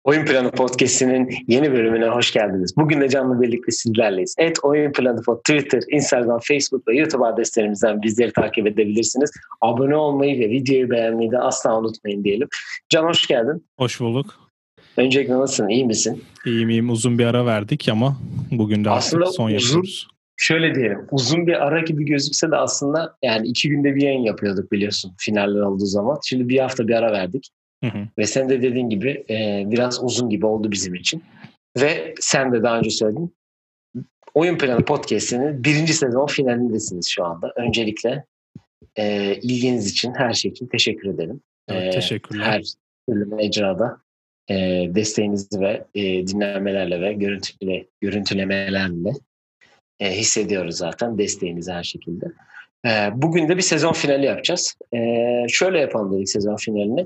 Oyun Planı Podcast'inin yeni bölümüne hoş geldiniz. Bugün de canlı birlikte sizlerleyiz. Oyun Planı Pod, Twitter, Instagram, Facebook ve YouTube adreslerimizden bizleri takip edebilirsiniz. Abone olmayı ve videoyu beğenmeyi de asla unutmayın diyelim. Can hoş geldin. Hoş bulduk. Öncelikle nasılsın? İyi misin? İyiyim. Uzun bir ara verdik ama bugün de artık son yapıyoruz. Şöyle diyelim, uzun bir ara gibi gözükse de aslında yani 2 günde bir yayın yapıyorduk biliyorsun finaller olduğu zaman. Şimdi bir hafta bir ara verdik. Ve sen de dediğin gibi biraz uzun gibi oldu bizim için. Ve sen de daha önce söyledin. Oyun Planı Podcast'inin 1. sezon finalindesiniz şu anda. Öncelikle ilginiz için, her şey için teşekkür ederim. Evet, teşekkürler. Her türlü mecrada desteğinizi ve dinlenmelerle ve görüntülemelerle hissediyoruz zaten desteğinizi her şekilde. Bugün de bir sezon finali yapacağız. Şöyle yapalım dedik sezon finalini.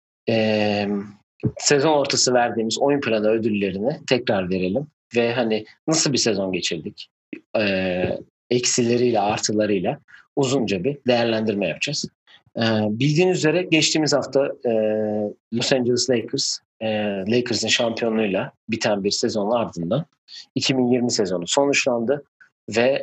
Sezon ortası verdiğimiz oyun planı ödüllerini tekrar verelim ve hani nasıl bir sezon geçirdik, eksileriyle artılarıyla uzunca bir değerlendirme yapacağız. Bildiğiniz üzere geçtiğimiz hafta Los Angeles Lakers'ın şampiyonluğuyla biten bir sezonun ardından 2020 sezonu sonuçlandı ve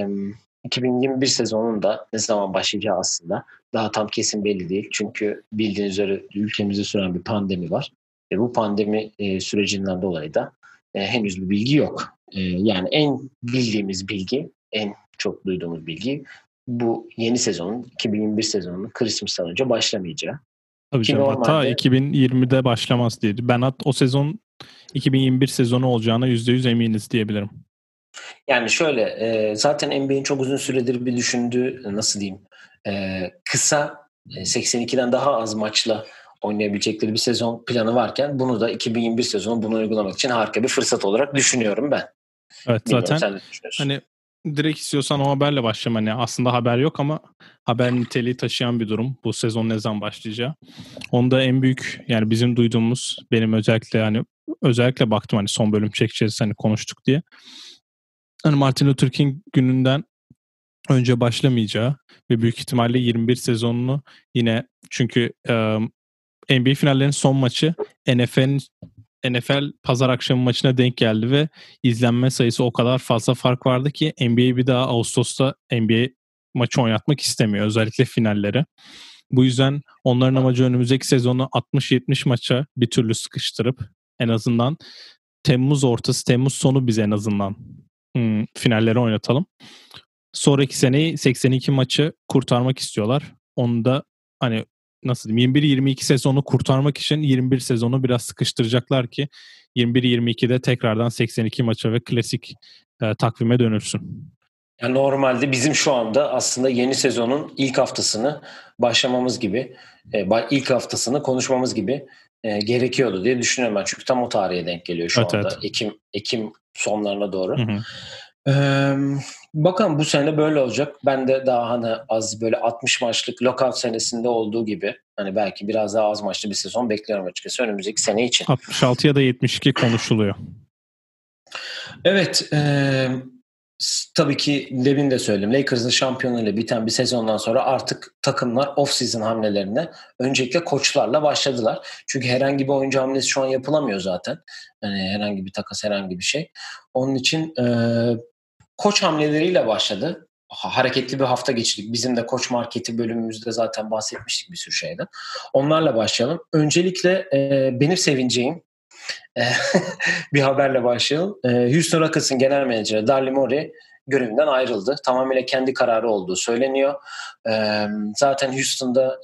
2021 sezonun da ne zaman başlayacağı aslında daha tam kesin belli değil. Çünkü bildiğiniz üzere ülkemizde süren bir pandemi var. Ve bu pandemi sürecinden dolayı da henüz bir bilgi yok. Yani en bildiğimiz bilgi, en çok duyduğumuz bilgi bu yeni sezonun, 2021 sezonunun Christmas'tan önce başlamayacağı. Tabii canım, normalde... hatta 2020'de başlamaz diye. Ben o sezon 2021 sezonu olacağına %100 eminiz diyebilirim. Yani şöyle, zaten NBA'in çok uzun süredir bir düşündüğü, nasıl diyeyim, kısa 82'den daha az maçla oynayabilecekleri bir sezon planı varken bunu da 2021 sezonu bunu uygulamak için harika bir fırsat olarak düşünüyorum ben. Evet, bilmiyorum, zaten hani direkt istiyorsan o haberle başlayalım. Hani aslında haber yok ama haber niteliği taşıyan bir durum. Bu sezon ne zaman başlayacağı. Onda en büyük, yani bizim duyduğumuz, benim özellikle baktım hani son bölüm çekeceğiz hani konuştuk diye. Hani Martin Luther King gününden önce başlamayacağı ve büyük ihtimalle 21 sezonunu yine, çünkü NBA finallerinin son maçı NFL pazar akşamı maçına denk geldi ve izlenme sayısı o kadar fazla fark vardı ki NBA bir daha Ağustos'ta NBA maçı oynatmak istemiyor, özellikle finalleri. Bu yüzden onların amacı önümüzdeki sezonu 60-70 maça bir türlü sıkıştırıp en azından Temmuz ortası, Temmuz sonu biz en azından finalleri oynatalım. Sonraki seneyi 82 maçı kurtarmak istiyorlar. Onu da hani nasıl diyeyim, 21-22 sezonu kurtarmak için 21 sezonu biraz sıkıştıracaklar ki 21-22'de tekrardan 82 maça ve klasik takvime dönülsün. Yani normalde bizim şu anda aslında yeni sezonun ilk haftasını başlamamız gibi, ilk haftasını konuşmamız gibi gerekiyordu diye düşünüyorum ben. Çünkü tam o tarihe denk geliyor şu anda. Evet. Ekim sonlarına doğru. Bakalım bu sene böyle olacak. Ben de daha hani az böyle 60 maçlık lockout senesinde olduğu gibi hani belki biraz daha az maçlı bir sezon bekliyorum açıkçası önümüzdeki sene için. 66 ya da 72 konuşuluyor. Evet. Tabii ki demin de söyledim. Lakers'ın şampiyonluğuyla biten bir sezondan sonra artık takımlar off-season hamlelerine öncelikle koçlarla başladılar. Çünkü herhangi bir oyuncu hamlesi şu an yapılamıyor zaten. Yani herhangi bir takas, herhangi bir şey. Onun için koç hamleleriyle başladı. Hareketli bir hafta geçirdik. Bizim de koç marketi bölümümüzde zaten bahsetmiştik bir sürü şeyden. Onlarla başlayalım. Öncelikle benim sevineceğim bir haberle başlayalım. Houston Rockets'ın genel menajeri Daryl Morey görevinden ayrıldı. Tamamıyla kendi kararı olduğu söyleniyor. Zaten Houston'da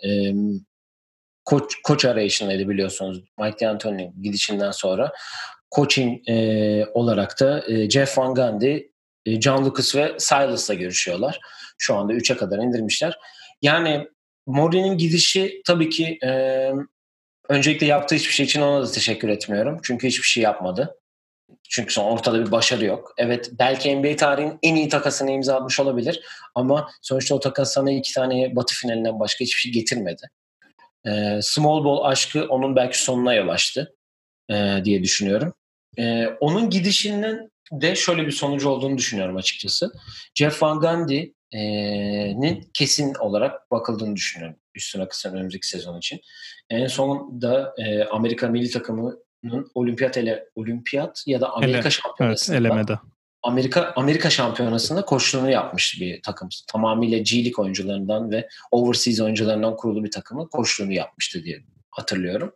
koç arayışındaydı biliyorsunuz. Mike D'Antoni'nin gidişinden sonra. Coaching olarak da Jeff Van Gundy, John Lucas ve Silas'la görüşüyorlar. Şu anda 3'e kadar indirmişler. Yani Morey'nin gidişi tabii ki öncelikle yaptığı hiçbir şey için ona da teşekkür etmiyorum. Çünkü hiçbir şey yapmadı. Çünkü son ortada bir başarı yok. Evet, belki NBA tarihinin en iyi takasını imza atmış olabilir. Ama sonuçta o takas sana 2 tane Batı finalinden başka hiçbir şey getirmedi. Small ball aşkı onun belki sonuna yol açtı diye düşünüyorum. Onun gidişinin de şöyle bir sonucu olduğunu düşünüyorum açıkçası. Jeff Van Gundy'nin kesin olarak bakıldığını düşünüyorum üstüne kısa önümüzdeki sezon için. En son da Amerika milli takımı olimpiyat ya da Amerika şampiyonasında elemede. Amerika şampiyonasında koçluğunu yapmış bir takım. Tamamıyla G League oyuncularından ve overseas oyuncularından kurulu bir takımın koçluğunu yapmıştı diye hatırlıyorum.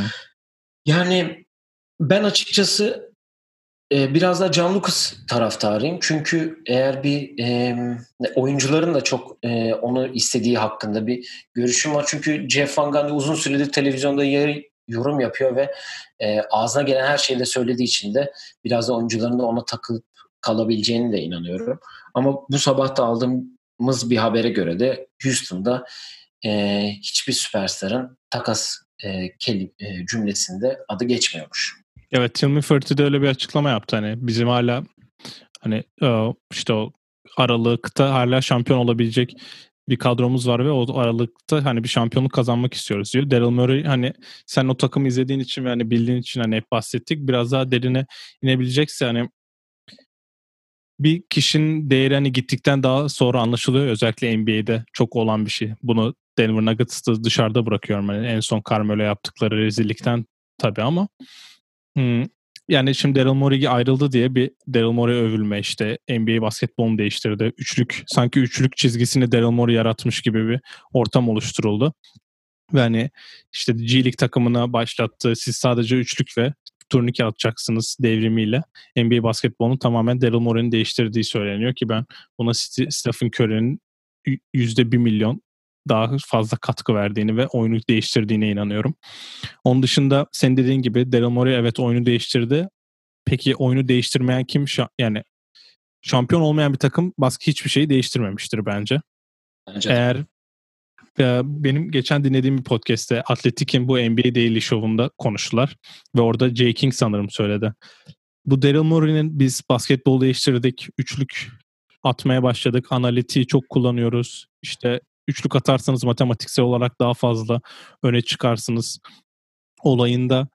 Yani ben açıkçası biraz da John Lucas taraftarıyım. Çünkü eğer bir oyuncuların da çok onu istediği hakkında bir görüşüm var. Çünkü Jeff Van Gundy uzun süredir televizyonda yorum yapıyor ve ağzına gelen her şeyi de söylediği için de biraz da oyuncuların da ona takılıp kalabileceğini de inanıyorum. Ama bu sabah da aldığımız bir habere göre de Houston'da hiçbir süperstarın takas cümlesinde adı geçmiyormuş. Evet, Tilman Fertitta öyle bir açıklama yaptı. Hani bizim hala hani işte o aralıkta hala şampiyon olabilecek bir kadromuz var ve o aralıkta hani bir şampiyonluk kazanmak istiyoruz diyor. Daryl Morey, hani sen o takımı izlediğin için ve hani bildiğin için hani hep bahsettik. Biraz daha derine inebilecekse hani bir kişinin değeri hani gittikten daha sonra anlaşılıyor. Özellikle NBA'de çok olan bir şey. Bunu Denver Nuggets'ta dışarıda bırakıyorum. Yani en son Carmelo yaptıkları rezillikten tabii ama yani şimdi Daryl Morey ayrıldı diye bir Daryl Morey övülme, işte NBA basketbolunu değiştirdi. Sanki üçlük çizgisini Daryl Morey yaratmış gibi bir ortam oluşturuldu. Ve hani işte G League takımına başlattı. Siz sadece üçlükle turnike atacaksınız devrimiyle NBA basketbolunu tamamen Daryl Morey'nin değiştirdiği söyleniyor ki ben buna Stephen Curry'nin %1 milyon daha fazla katkı verdiğini ve oyunu değiştirdiğine inanıyorum. Onun dışında senin dediğin gibi Daryl Morey evet oyunu değiştirdi. Peki oyunu değiştirmeyen kim? Yani şampiyon olmayan bir takım hiçbir şeyi değiştirmemiştir bence. Eğer benim geçen dinlediğim bir podcast'te Athletic'in bu NBA Daily Show'unda konuştular ve orada Jay King sanırım söyledi. Bu Daryl Morey'nin biz basketbol değiştirdik, üçlük atmaya başladık, analitiği çok kullanıyoruz. İşte üçlük atarsanız matematiksel olarak daha fazla öne çıkarsınız olayında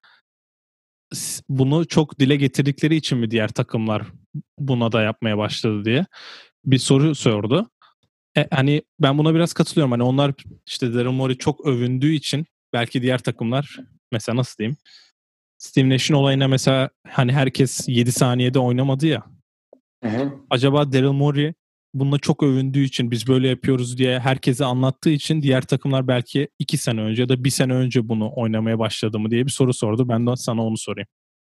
bunu çok dile getirdikleri için mi diğer takımlar buna da yapmaya başladı diye bir soru sordu. Hani ben buna biraz katılıyorum. Hani onlar işte Daryl Morey çok övündüğü için belki diğer takımlar mesela nasıl diyeyim? Steve Nash'in olayına mesela hani herkes 7 saniyede oynamadı ya. Hı. Acaba Daryl Morey bununla çok övündüğü için biz böyle yapıyoruz diye herkese anlattığı için diğer takımlar belki 2 sene önce ya da 1 sene önce bunu oynamaya başladı mı diye bir soru sordu. Ben de sana onu sorayım.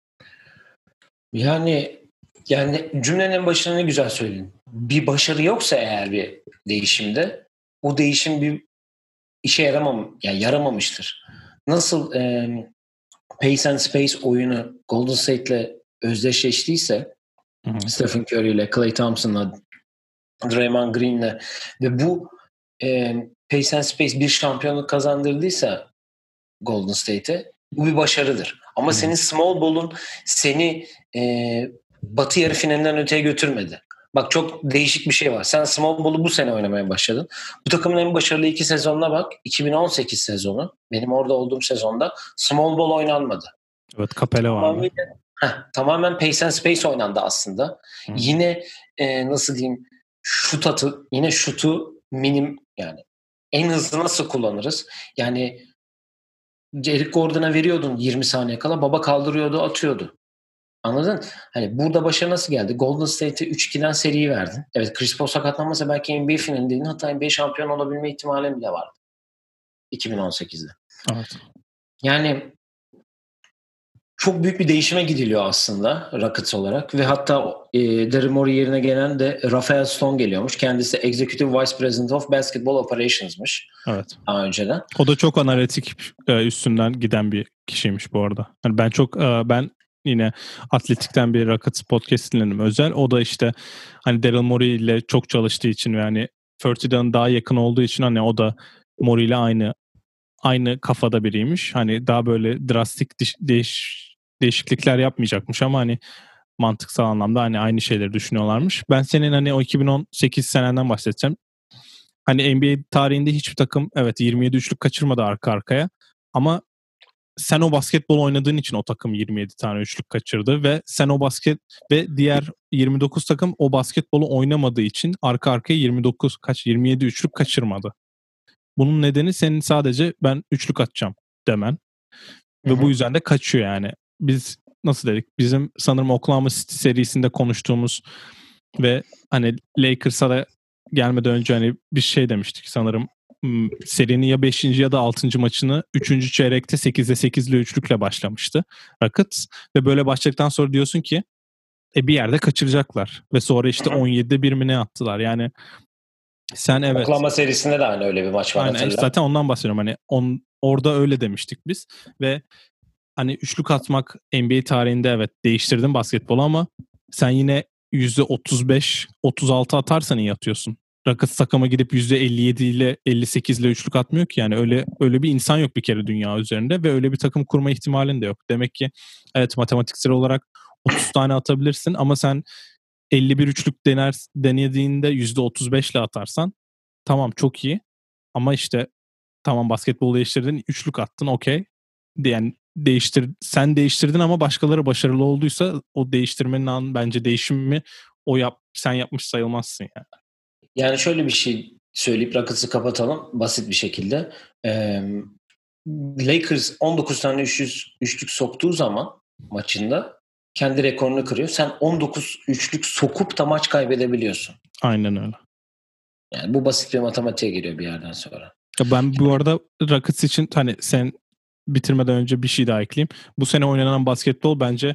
Yani cümlenin en başına ne güzel söyledin. Bir başarı yoksa eğer bir değişimde o değişim bir işe yaramamıştır. Nasıl Pace and Space oyunu Golden State'le özdeşleştiyse Stephen Curry'le, Klay Thompson'la, Draymond Green'le ve bu Pace and Space bir şampiyonluk kazandırdıysa Golden State'e bu bir başarıdır. Ama senin small ball'un seni Batı yarı finalinden öteye götürmedi. Bak çok değişik bir şey var. Sen small ball'u bu sene oynamaya başladın. Bu takımın en başarılı 2 sezonuna bak. 2018 sezonu. Benim orada olduğum sezonda small ball oynanmadı. Evet, Capela vardı. Tamamen pace and space oynandı aslında. Yine nasıl diyeyim yine şutu yani en hızlı nasıl kullanırız? Yani Eric Gordon'a veriyordun 20 saniye kala, baba kaldırıyordu, atıyordu. Anladın? Hani burada başarı nasıl geldi? Golden State'e 3-2'den seriyi verdin. Evet, Chris Paul sakatlanmasa belki NBA finalindeydi. Hatta NBA şampiyon olabilme ihtimali bile vardı. 2018'de. Evet. Yani çok büyük bir değişime gidiliyor aslında Rockets olarak ve hatta Daryl Morey yerine gelen de Rafael Stone geliyormuş. Kendisi Executive Vice President of Basketball Operations'mış. Evet. Daha önceden. O da çok analitik üstünden giden bir kişiymiş bu arada. Yani ben yine Atletik'ten bir Rockets podcast dinledim özel. O da işte hani Daryl Morey ile çok çalıştığı için ve hani Fertitta'nın daha yakın olduğu için hani o da Morey ile aynı kafada biriymiş. Hani daha böyle drastik değişiklikler yapmayacakmış ama hani mantıksal anlamda hani aynı şeyleri düşünüyorlarmış. Ben senin hani o 2018 senenden bahsedeceğim. Hani NBA tarihinde hiçbir takım evet 27 üçlük kaçırmadı arka arkaya ama sen o basketbol oynadığın için o takım 27 tane üçlük kaçırdı ve sen o ve diğer 29 takım o basketbolu oynamadığı için arka arkaya 27 üçlük kaçırmadı. Bunun nedeni senin sadece ben üçlük atacağım demen. Ve bu yüzden de kaçıyor yani. biz nasıl dedik? Bizim sanırım Oklahoma City serisinde konuştuğumuz ve hani Lakers'a da gelmeden önce hani bir şey demiştik sanırım. Serinin ya 5. ya da 6. maçını 3. çeyrekte 8'de 8'li üçlükle başlamıştı Rockets. Ve böyle başladıktan sonra diyorsun ki bir yerde kaçıracaklar. Ve sonra işte 17'de 1 mi ne attılar. Yani sen evet. Oklahoma serisinde de hani öyle bir maç var, aynen, hatırla. Zaten ondan bahsediyorum. Hani orada öyle demiştik biz. Ve hani üçlük atmak NBA tarihinde evet değiştirdin basketbolu ama sen yine %35-36 atarsan iyi atıyorsun. Rockets takıma gidip %57 ile 58 ile üçlük atmıyor ki, yani öyle bir insan yok bir kere dünya üzerinde ve öyle bir takım kurma ihtimalin de yok. Demek ki evet, matematiksel olarak 30 tane atabilirsin ama sen 51 üçlük denediğinde %35 ile atarsan tamam, çok iyi ama işte tamam, basketbolu değiştirdin, üçlük attın, okey. Yani sen değiştirdin ama başkaları başarılı olduysa o değiştirmenin bence değişimi sen yapmış sayılmazsın yani. Yani şöyle bir şey söyleyip Rockets'ı kapatalım basit bir şekilde. Lakers 19 tane üçlük soktuğu zaman maçında kendi rekorunu kırıyor. Sen 19 üçlük sokup da maç kaybedebiliyorsun. Aynen öyle. Yani bu basit bir matematiğe giriyor bir yerden sonra. Ben bu arada Rockets için hani sen bitirmeden önce bir şey daha ekleyeyim. Bu sene oynanan basketbol bence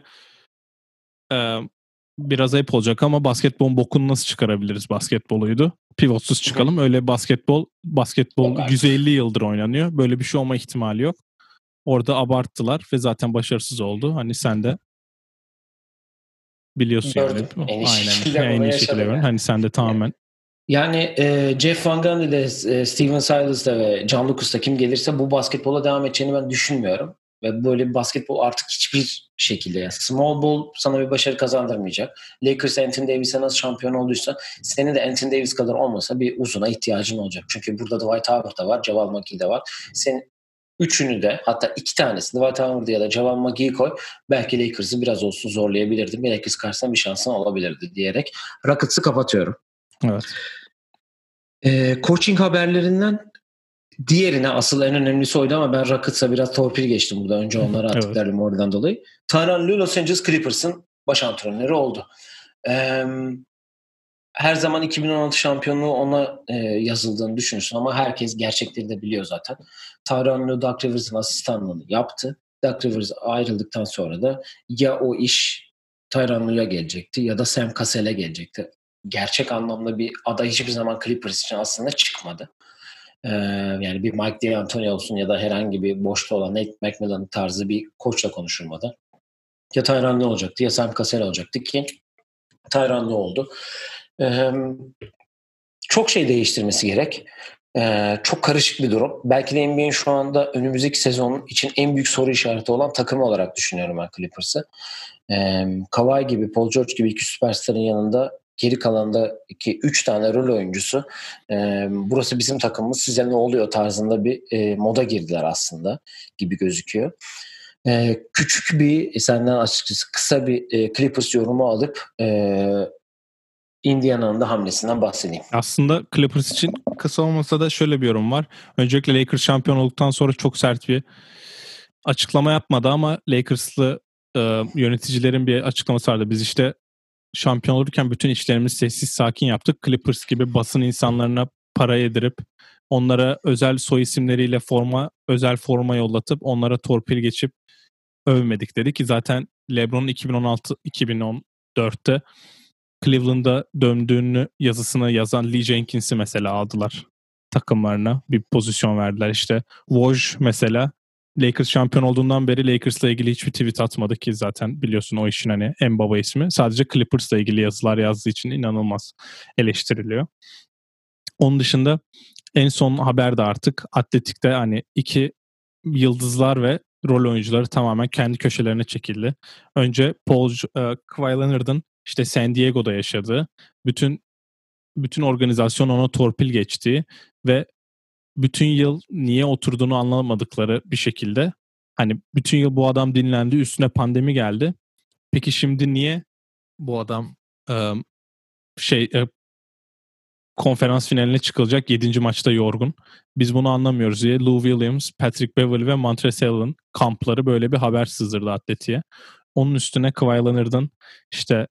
biraz ayıp olacak ama basketbolun bokunu nasıl çıkarabiliriz basketboluydu. Pivotsuz çıkalım. Öyle basketbol Yok 150 yıldır oynanıyor. Böyle bir şey olma ihtimali yok. Orada abarttılar ve zaten başarısız oldu. Hani sen de biliyorsun gördüm. yani. En iyi Aynen. şekilde En bunu iyi şekilde yaşadım. gördün. Hani sen de tamamen. Yani Jeff Van Gundy de Steven Silas'da ve John Lucas'ta kim gelirse bu basketbola devam edeceğini ben düşünmüyorum. Ve böyle bir basketbol artık hiçbir şekilde, yani small ball sana bir başarı kazandırmayacak. Lakers Anthony Davis'e nasıl şampiyon olduysa senin de Anthony Davis kadar olmasa bir uzuna ihtiyacın olacak. Çünkü burada Dwight Howard da var, Javal McGee de var. Senin üçünü de, hatta iki tanesini Dwight Howard'ı ya da Javal McGee'yi koy, belki Lakers'ı biraz olsun zorlayabilirdi. Lakers karşısında bir şansın olabilirdi diyerek Rockets'ı kapatıyorum. Evet. Coaching haberlerinden diğerine, asıl en önemlisi oydu ama ben Rockets'a biraz torpil geçtim burada. Önce onları attıklarım oradan dolayı. Tyronn Lue Los Angeles Clippers'ın baş antrenörü oldu. Her zaman 2016 şampiyonluğu ona yazıldığını düşünürsün ama herkes gerçekleri de biliyor zaten. Tyronn Lue Doug Rivers'ın asistanlığını yaptı. Doug Rivers ayrıldıktan sonra da ya o iş Tyronn Lue'ya gelecekti ya da Sam Cassell'e gelecekti. Gerçek anlamda bir aday hiçbir zaman Clippers için aslında çıkmadı. Yani bir Mike D'Antoni olsun ya da herhangi bir boşta olan Nate McMillan tarzı bir koçla konuşulmadı. Ya Tyronn Lue olacaktı ya Sam Cassell olacaktı ki Tyronn Lue oldu. Çok şey değiştirmesi gerek. Çok karışık bir durum. Belki de NBA'in şu anda önümüzdeki sezon için en büyük soru işareti olan takım olarak düşünüyorum ben Clippers'ı. Kawhi gibi, Paul George gibi iki süperstarın yanında geri kalandaki 3 tane rol oyuncusu burası bizim takımımız, size ne oluyor tarzında bir moda girdiler aslında gibi gözüküyor. Küçük bir, senden açıkçası kısa bir Clippers yorumu alıp Indiana'nın da hamlesinden bahsedeyim. Aslında Clippers için kısa olmasa da şöyle bir yorum var. Öncelikle Lakers şampiyon olduktan sonra çok sert bir açıklama yapmadı ama Lakers'lı yöneticilerin bir açıklaması vardı. Biz işte şampiyon olurken bütün işlerimizi sessiz sakin yaptık. Clippers gibi basın insanlarına para yedirip onlara özel soy isimleriyle özel forma yollatıp onlara torpil geçip övmedik dedi ki zaten LeBron'un 2016-2014'te Cleveland'a döndüğünü yazısını yazan Lee Jenkins'i mesela aldılar takımlarına. Bir pozisyon verdiler işte. Woj mesela Lakers şampiyon olduğundan beri Lakers'la ilgili hiçbir tweet atmadı ki zaten biliyorsun o işin hani en baba ismi. Sadece Clippers'la ilgili yazılar yazdığı için inanılmaz eleştiriliyor. Onun dışında en son haber de artık Atletik'te hani iki yıldızlar ve rol oyuncuları tamamen kendi köşelerine çekildi. Önce Kawhi Leonard'ın işte San Diego'da yaşadığı, bütün organizasyon ona torpil geçtiği ve bütün yıl niye oturduğunu anlamadıkları bir şekilde, hani bütün yıl bu adam dinlendi, üstüne pandemi geldi. Peki şimdi niye bu adam konferans finaline çıkılacak 7. maçta yorgun. Biz bunu anlamıyoruz diye Lou Williams, Patrick Beverley ve Montrezl Harrell'ın kampları böyle bir haber sızdırdı Atleti'ye. Onun üstüne Kawhi Leonard'ın işte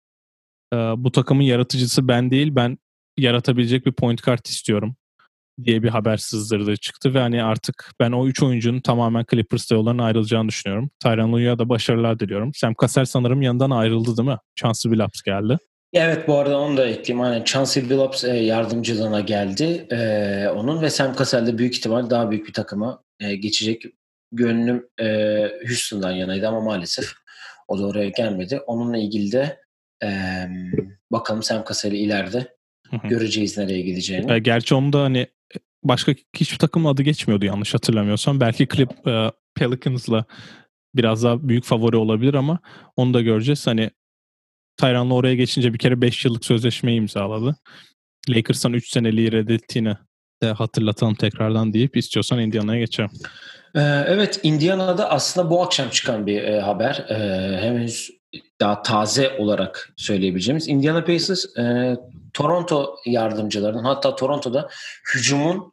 bu takımın yaratıcısı ben değil, ben yaratabilecek bir point guard istiyorum diye bir haber sızdırdığı çıktı ve hani artık ben o 3 oyuncunun tamamen Clippers'ta yollarına ayrılacağını düşünüyorum. Tyronn Lue'ya da başarılar diliyorum. Sam Cassell sanırım yanından ayrıldı değil mi? Chauncey Billups geldi. Evet, bu arada onu da ekleyeyim. Aynen, Chauncey Billups yardımcılığına geldi. Onun ve Sam Cassell de büyük ihtimal daha büyük bir takıma geçecek. Gönlüm Houston'dan yanaydı ama maalesef o da oraya gelmedi. Onunla ilgili de bakalım Sam Cassell'i ileride göreceğiz nereye gideceğini. Gerçi onu da hani başka hiçbir takımın adı geçmiyordu yanlış hatırlamıyorsam. Belki Pelicans'la biraz daha büyük favori olabilir ama onu da göreceğiz. Hani Tyron'la oraya geçince bir kere 5 yıllık sözleşmeyi imzaladı. Lakers'tan 3 seneliği reddettiğini de hatırlatalım tekrardan deyip istiyorsan Indiana'ya geçelim. Evet, Indiana'da aslında bu akşam çıkan bir haber. Henüz daha taze olarak söyleyebileceğimiz. Indiana Pacers Toronto yardımcılarının, hatta Toronto'da hücumun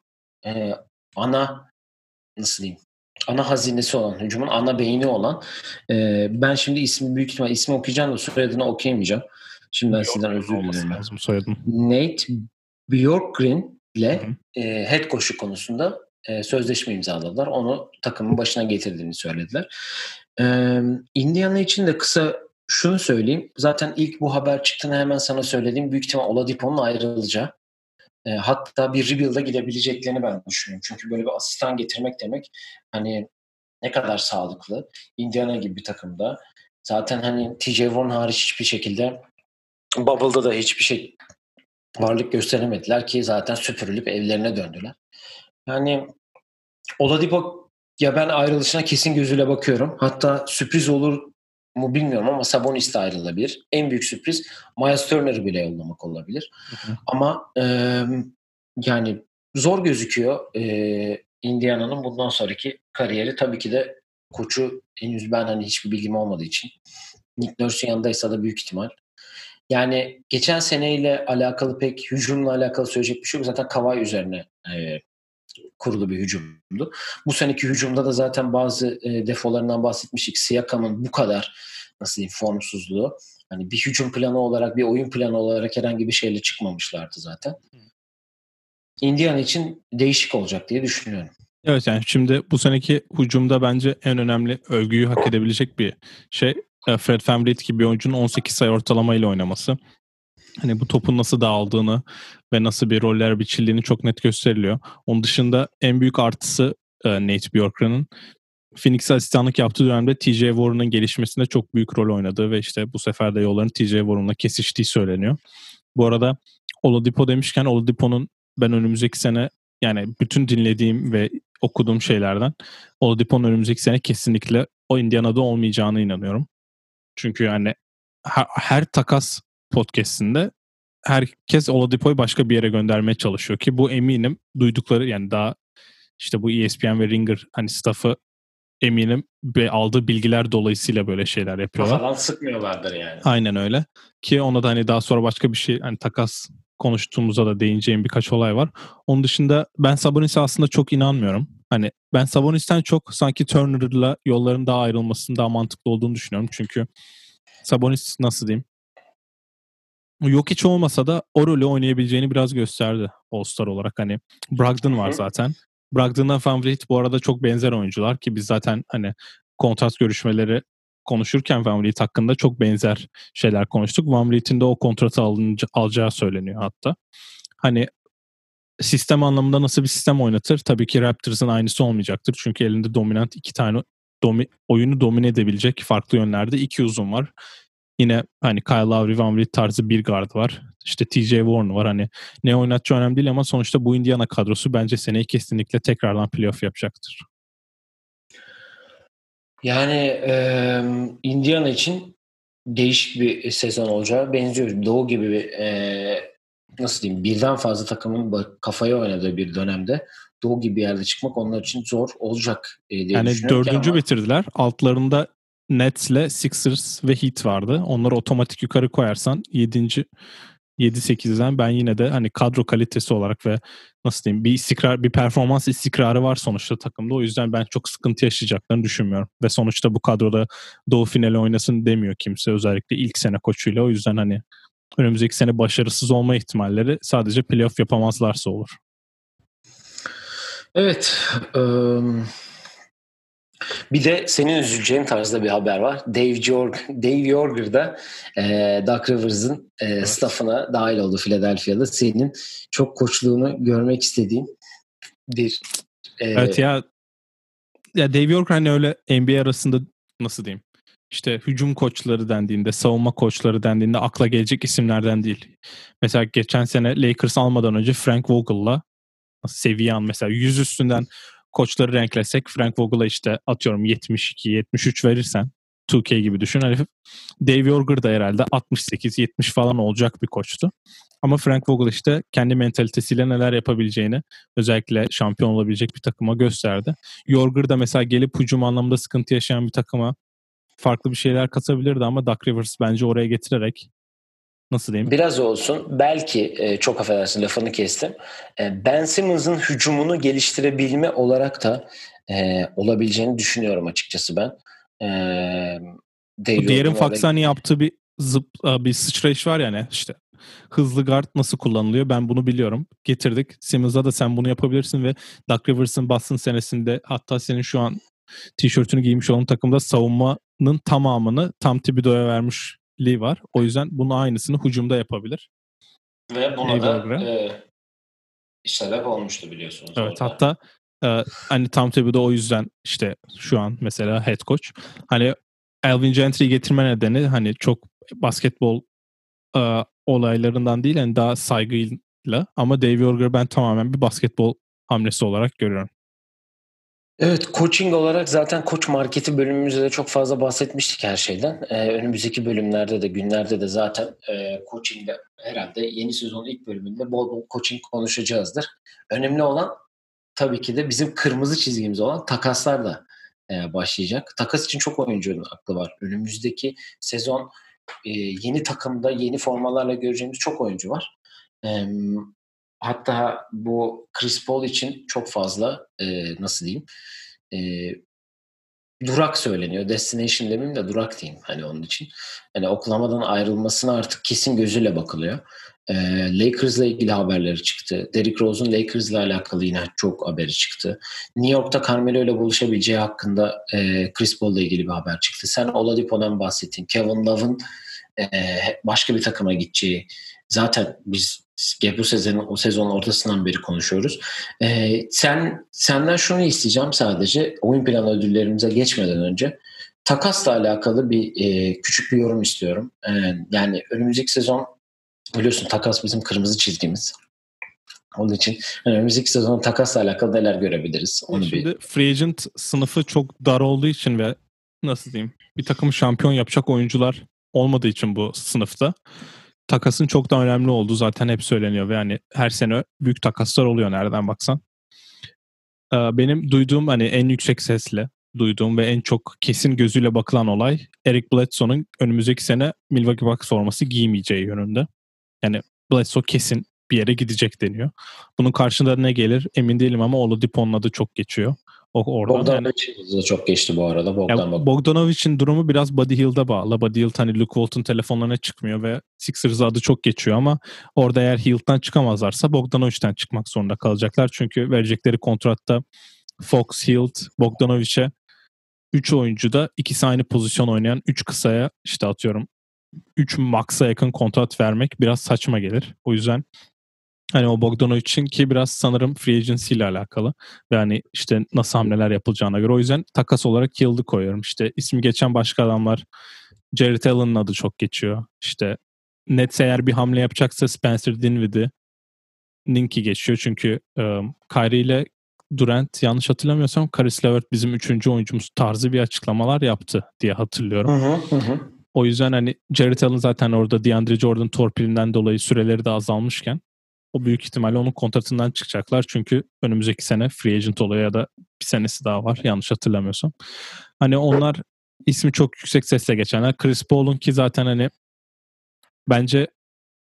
ana hazinesi olan, hücumun ana beyni olan, ben şimdi büyük ihtimal ismi okuyacağım da soyadını okuyamayacağım. Şimdiden sizden özür dilerim. Nate Bjorkgren ile head coach'u konusunda sözleşme imzaladılar. Onu takımın başına getirdiğini söylediler. Indiana için de kısa şunu söyleyeyim. Zaten ilk bu haber çıktığında hemen sana söylediğim, büyük ihtimal Oladipo'nun ayrılacağı. Hatta bir rebuild'a gidebileceklerini ben düşünüyorum. Çünkü böyle bir asistan getirmek demek hani ne kadar sağlıklı. Indiana gibi bir takımda. Zaten hani TJ Warren hariç hiçbir şekilde Bubble'da da hiçbir şey varlık gösteremediler ki zaten süpürülüp evlerine döndüler. Yani Oladipo, ya ben ayrılışına kesin gözüyle bakıyorum. Hatta sürpriz olur mu bilmiyorum ama Sabonis de ayrılabilir. En büyük sürpriz Miles Turner'ı bile yollamak olabilir. Ama yani zor gözüküyor Indiana'nın bundan sonraki kariyeri. Tabii ki de koçu henüz ben hani hiçbir bilgim olmadığı için, Nick Nurse'un yanındaysa da büyük ihtimal. Yani geçen seneyle alakalı pek hücumla alakalı söyleyecek bir şey yok. Zaten Kawhi üzerine kurulu bir hücumdu. Bu seneki hücumda da zaten bazı defolarından bahsetmiştik. Siakam'ın bu kadar formsuzluğu. Hani bir hücum planı olarak, bir oyun planı olarak herhangi bir şeyle çıkmamışlardı zaten. Indiana için değişik olacak diye düşünüyorum. Evet, yani şimdi bu seneki hücumda bence en önemli övgüyü hak edebilecek bir şey Fred VanVleet gibi bir oyuncunun 18 sayı ortalamayla oynaması. Hani bu topun nasıl dağıldığını ve nasıl bir roller biçildiğini çok net gösteriliyor. Onun dışında en büyük artısı Nate Bjorkgren'in Phoenix'e asistanlık yaptığı dönemde TJ Warren'ın gelişmesinde çok büyük rol oynadığı ve işte bu sefer de yolların TJ Warren'la kesiştiği söyleniyor. Bu arada Oladipo demişken, Oladipo'nun ben önümüzdeki sene, yani bütün dinlediğim ve okuduğum şeylerden Oladipo'nun önümüzdeki sene kesinlikle o Indiana'da olmayacağına inanıyorum. Çünkü yani her takas podcast'inde herkes Oladipo'yu başka bir yere göndermeye çalışıyor ki bu eminim duydukları, yani daha işte bu ESPN ve Ringer hani staff'ı eminim ve aldığı bilgiler dolayısıyla böyle şeyler yapıyorlar. Kafadan sıkmıyorlardır yani. Aynen öyle. Ki ona da hani daha sonra başka bir şey, hani takas konuştuğumuzda da değineceğim birkaç olay var. Onun dışında ben Sabonis'e aslında çok inanmıyorum. Hani ben Sabonis'ten çok sanki Turner'la yolların daha ayrılmasının daha mantıklı olduğunu düşünüyorum. Çünkü Sabonis nasıl diyeyim? Yok hiç olmasa da o rolü oynayabileceğini biraz gösterdi All-Star olarak. Hani Brogdon var zaten. Brogdon'la VanVleet bu arada çok benzer oyuncular ki biz zaten hani kontrat görüşmeleri konuşurken VanVleet hakkında çok benzer şeyler konuştuk. VanVleet'in de o kontratı alacağı söyleniyor hatta. Hani sistem anlamında nasıl bir sistem oynatır? Tabii ki Raptors'ın aynısı olmayacaktır. Çünkü elinde dominant iki tane oyunu domine edebilecek farklı yönlerde iki uzun var. Yine hani Kyle Lowry, VanVleet tarzı bir guard var. İşte TJ Warren var. Hani ne oynatacağı önemli değil ama sonuçta bu Indiana kadrosu bence seneye kesinlikle tekrardan playoff yapacaktır. Yani Indiana için değişik bir sezon olacağı benziyor. Doğu gibi bir nasıl diyeyim, birden fazla takımın kafaya oynadığı bir dönemde Doğu gibi bir yerde çıkmak onlar için zor olacak diye yani düşünüyorum. Yani 4. bitirdiler. Altlarında Nets'le Sixers ve Heat vardı. Onları otomatik yukarı koyarsan 7. 7-8'den ben yine de hani kadro kalitesi olarak ve nasıl diyeyim bir performans istikrarı var sonuçta takımda. O yüzden ben çok sıkıntı yaşayacaklarını düşünmüyorum. Ve sonuçta bu kadroda Doğu finali oynasın demiyor kimse, özellikle ilk sene koçuyla. O yüzden hani önümüzdeki sene başarısız olma ihtimalleri sadece playoff yapamazlarsa olur. Evet. Bir de senin üzüleceğin tarzda bir haber var. Dave Yorger da Doug Rivers'ın staffına dahil oldu Philadelphia'da. Senin çok koçluğunu görmek istediğin bir... Evet ya Dave Yorger hani öyle NBA arasında nasıl diyeyim? İşte hücum koçları dendiğinde, savunma koçları dendiğinde akla gelecek isimlerden değil. Mesela geçen sene Lakers almadan önce Frank Vogel'la seviyen mesela 100 üstünden koçları renklesek Frank Vogel'a işte atıyorum 72-73 verirsen 2K gibi düşün. Hani Dave Yorger da herhalde 68-70 falan olacak bir koçtu. Ama Frank Vogel işte kendi mentalitesiyle neler yapabileceğini özellikle şampiyon olabilecek bir takıma gösterdi. Yorger da mesela gelip hücum anlamında sıkıntı yaşayan bir takıma farklı bir şeyler katabilirdi ama Doug Rivers bence oraya getirerek nasıl diyeyim? Biraz olsun. Belki çok affedersin lafını kestim. Ben Simmons'ın hücumunu geliştirebilme olarak da olabileceğini düşünüyorum açıkçası ben. Bu diğerin Fox'ın yaptığı bir sıçrayış var yani işte hızlı guard nasıl kullanılıyor ben bunu biliyorum. Getirdik. Simmons'a da sen bunu yapabilirsin ve Doug Rivers'ın Boston senesinde hatta senin şu an tişörtünü giymiş olan takımda savunmanın tamamını Tom Thibodeau'ya vermişliği var. O yüzden bunu aynısını hücumda yapabilir. Ve buna da sebep olmuştu biliyorsunuz. Evet orada. Hatta hani Tom Thibodeau o yüzden işte şu an mesela head coach. Hani Alvin Gentry'yi getirme nedeni hani çok basketbol olaylarından değil yani daha saygıyla ama Dave Yorger'ı ben tamamen bir basketbol hamlesi olarak görüyorum. Evet, coaching olarak zaten koç marketi bölümümüzde de çok fazla bahsetmiştik her şeyden. Önümüzdeki bölümlerde de günlerde de zaten coaching'de herhalde yeni sezonun ilk bölümünde bol bol coaching konuşacağızdır. Önemli olan tabii ki de bizim kırmızı çizgimiz olan takaslar da başlayacak. Takas için çok oyuncunun aklı var. Önümüzdeki sezon yeni takımda yeni formalarla göreceğimiz çok oyuncu var. Hatta bu Chris Paul için çok fazla nasıl diyeyim durak söyleniyor. Destination demeyeyim de durak diyeyim hani onun için. Yani Oklahoma'dan ayrılmasına artık kesin gözüyle bakılıyor. Lakers'la ilgili haberleri çıktı. Derrick Rose'un Lakers'la alakalı yine çok haberi çıktı. New York'ta Carmelo ile buluşabileceği hakkında Chris Paul'la ilgili bir haber çıktı. Sen Oladipo'dan bahsettin. Kevin Love'ın başka bir takıma gideceği. Zaten biz bu sezonun ortasından beri konuşuyoruz. Senden şunu isteyeceğim sadece oyun planı ödüllerimize geçmeden önce. Takasla alakalı bir küçük bir yorum istiyorum. Yani önümüzdeki sezon biliyorsun takas bizim kırmızı çizgimiz. Onun için önümüzdeki sezon takasla alakalı neler görebiliriz? Onu Şimdi free agent sınıfı çok dar olduğu için ve nasıl diyeyim bir takım şampiyon yapacak oyuncular olmadığı için bu sınıfta takasın çok da önemli olduğu zaten hep söyleniyor ve yani her sene büyük takaslar oluyor nereden baksan. Benim duyduğum hani en yüksek sesle duyduğum ve en çok kesin gözüyle bakılan olay Eric Bledsoe'nun önümüzdeki sene Milwaukee Bucks forması giymeyeceği yönünde. Yani Bledsoe kesin bir yere gidecek deniyor. Bunun karşında ne gelir emin değilim ama Oladipo'nun adı çok geçiyor. Bogdanovic'in de çok geçti bu arada. Bogdanovic'in durumu biraz Buddy Hield'a bağlı. Buddy Hield hani Luke Walton telefonlarına çıkmıyor ve Sixers'a adı çok geçiyor ama orada eğer Hield'dan çıkamazlarsa Bogdanovic'ten çıkmak zorunda kalacaklar. Çünkü verecekleri kontratta Fox, Hield, Bogdanovic'e 3 oyuncu da ikisi aynı pozisyon oynayan 3 kısaya işte atıyorum 3 max'a yakın kontrat vermek biraz saçma gelir. O yüzden hani o Bogdanovic'in ki biraz sanırım free agency ile alakalı. Ve hani işte nasıl hamleler yapılacağına göre. O yüzden takas olarak Yıldız'ı koyuyorum. İşte ismi geçen başka adamlar Jarrett Allen'ın adı çok geçiyor. İşte Nets eğer bir hamle yapacaksa Spencer Dinwiddie'ninki geçiyor. Çünkü Kyrie ile Durant yanlış hatırlamıyorsam Caris LeVert bizim 3. oyuncumuz tarzı bir açıklamalar yaptı diye hatırlıyorum. O yüzden hani Jarrett Allen zaten orada DeAndre Jordan torpilinden dolayı süreleri de azalmışken o büyük ihtimalle onun kontratından çıkacaklar. Çünkü önümüzdeki sene free agent oluyor ya da bir senesi daha var yanlış hatırlamıyorsam. Hani onlar ismi çok yüksek sesle geçenler. Chris Paul'un ki zaten hani bence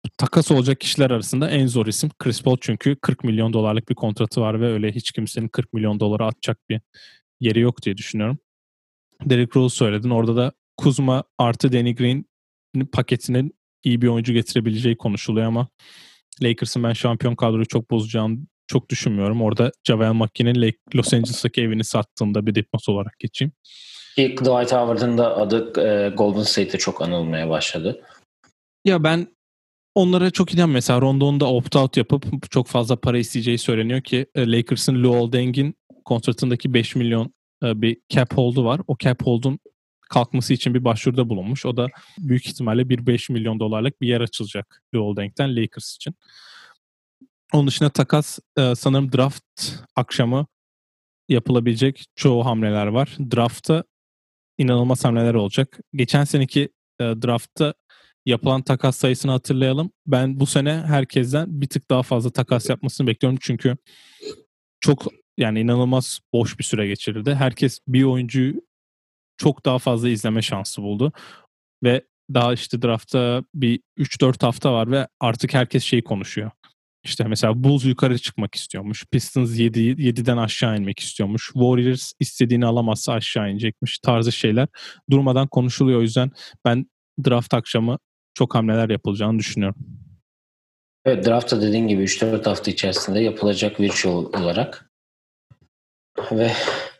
takas olacak kişiler arasında en zor isim Chris Paul, çünkü 40 milyon dolarlık bir kontratı var ve öyle hiç kimsenin 40 milyon dolara atacak bir yeri yok diye düşünüyorum. Derrick Rose söyledin. Orada da Kuzma artı Danny Green paketinin iyi bir oyuncu getirebileceği konuşuluyor ama Lakers'ın ben şampiyon kadroyu çok bozacağını çok düşünmüyorum. Orada JaVale McGee'nin Los Angeles'taki evini sattığında bir dipnot olarak geçeyim. İlk Dwight Howard'ın da adı Golden State'te çok anılmaya başladı. Ya ben onlara çok inanmıyorum. Mesela Rondo'nun da opt-out yapıp çok fazla para isteyeceği söyleniyor ki Lakers'ın Luol Deng'in kontratındaki 5 milyon bir cap hold'u var. O cap hold'un kalkması için bir başvuruda bulunmuş. O da büyük ihtimalle bir 5 milyon dolarlık bir yer açılacak Luol Deng'den Lakers için. Onun dışında takas sanırım draft akşamı yapılabilecek çoğu hamleler var. Draft'ta inanılmaz hamleler olacak. Geçen seneki draft'ta yapılan takas sayısını hatırlayalım. Ben bu sene herkesten bir tık daha fazla takas yapmasını bekliyorum. Çünkü çok yani inanılmaz boş bir süre geçirildi. Herkes bir oyuncuyu çok daha fazla izleme şansı buldu. Ve daha işte draftta bir 3-4 hafta var ve artık herkes şeyi konuşuyor. İşte mesela Bulls yukarı çıkmak istiyormuş. Pistons 7'den aşağı inmek istiyormuş. Warriors istediğini alamazsa aşağı inecekmiş tarzı şeyler durmadan konuşuluyor. O yüzden ben draft akşamı çok hamleler yapılacağını düşünüyorum. Evet, draftta dediğin gibi 3-4 hafta içerisinde yapılacak virtual olarak. Ve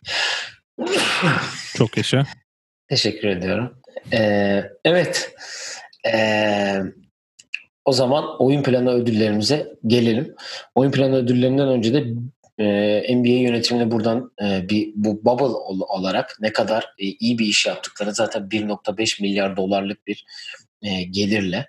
çok yaşa. Teşekkür ediyorum. Evet. O zaman oyun planı ödüllerimize gelelim. Oyun planı ödüllerinden önce de NBA yönetimine buradan bu bubble olarak ne kadar iyi bir iş yaptıkları, zaten 1.5 milyar dolarlık bir gelirle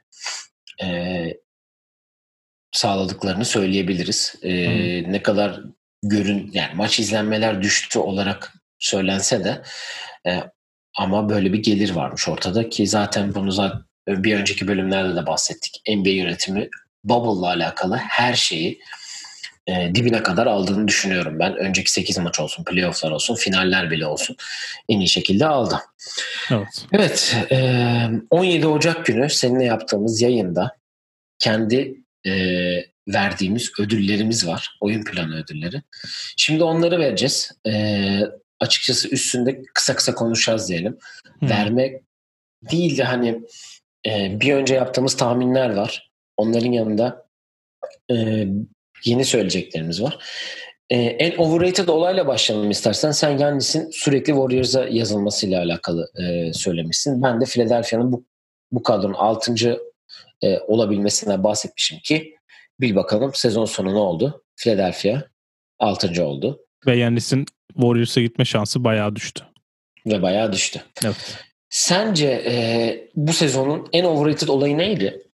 sağladıklarını söyleyebiliriz. Ne kadar yani maç izlenmeler düştü olarak söylense de ama böyle bir gelir varmış ortada ki zaten bunu bir önceki bölümlerde de bahsettik. NBA yönetimi bubble'la alakalı her şeyi dibine kadar aldığını düşünüyorum ben. Önceki 8 maç olsun, playoff'lar olsun, finaller bile olsun en iyi şekilde aldı. Evet. 17 Ocak günü seninle yaptığımız yayında kendi verdiğimiz ödüllerimiz var. Oyun planı ödülleri. Şimdi onları vereceğiz. Açıkçası üstünde kısa kısa konuşacağız diyelim. Vermek değil de hani bir önce yaptığımız tahminler var. Onların yanında yeni söyleyeceklerimiz var. En overrated olayla başlayalım istersen. Sen Giannis'in sürekli Warriors'a yazılmasıyla alakalı söylemişsin. Ben de Philadelphia'nın bu kadronun 6. olabilmesine bahsetmişim ki bil bakalım sezon sonu ne oldu? Philadelphia 6. oldu. Ve Giannis'in Warriors'a gitme şansı bayağı düştü. Ve bayağı düştü. Evet. Sence bu sezonun en overrated olayı neydi?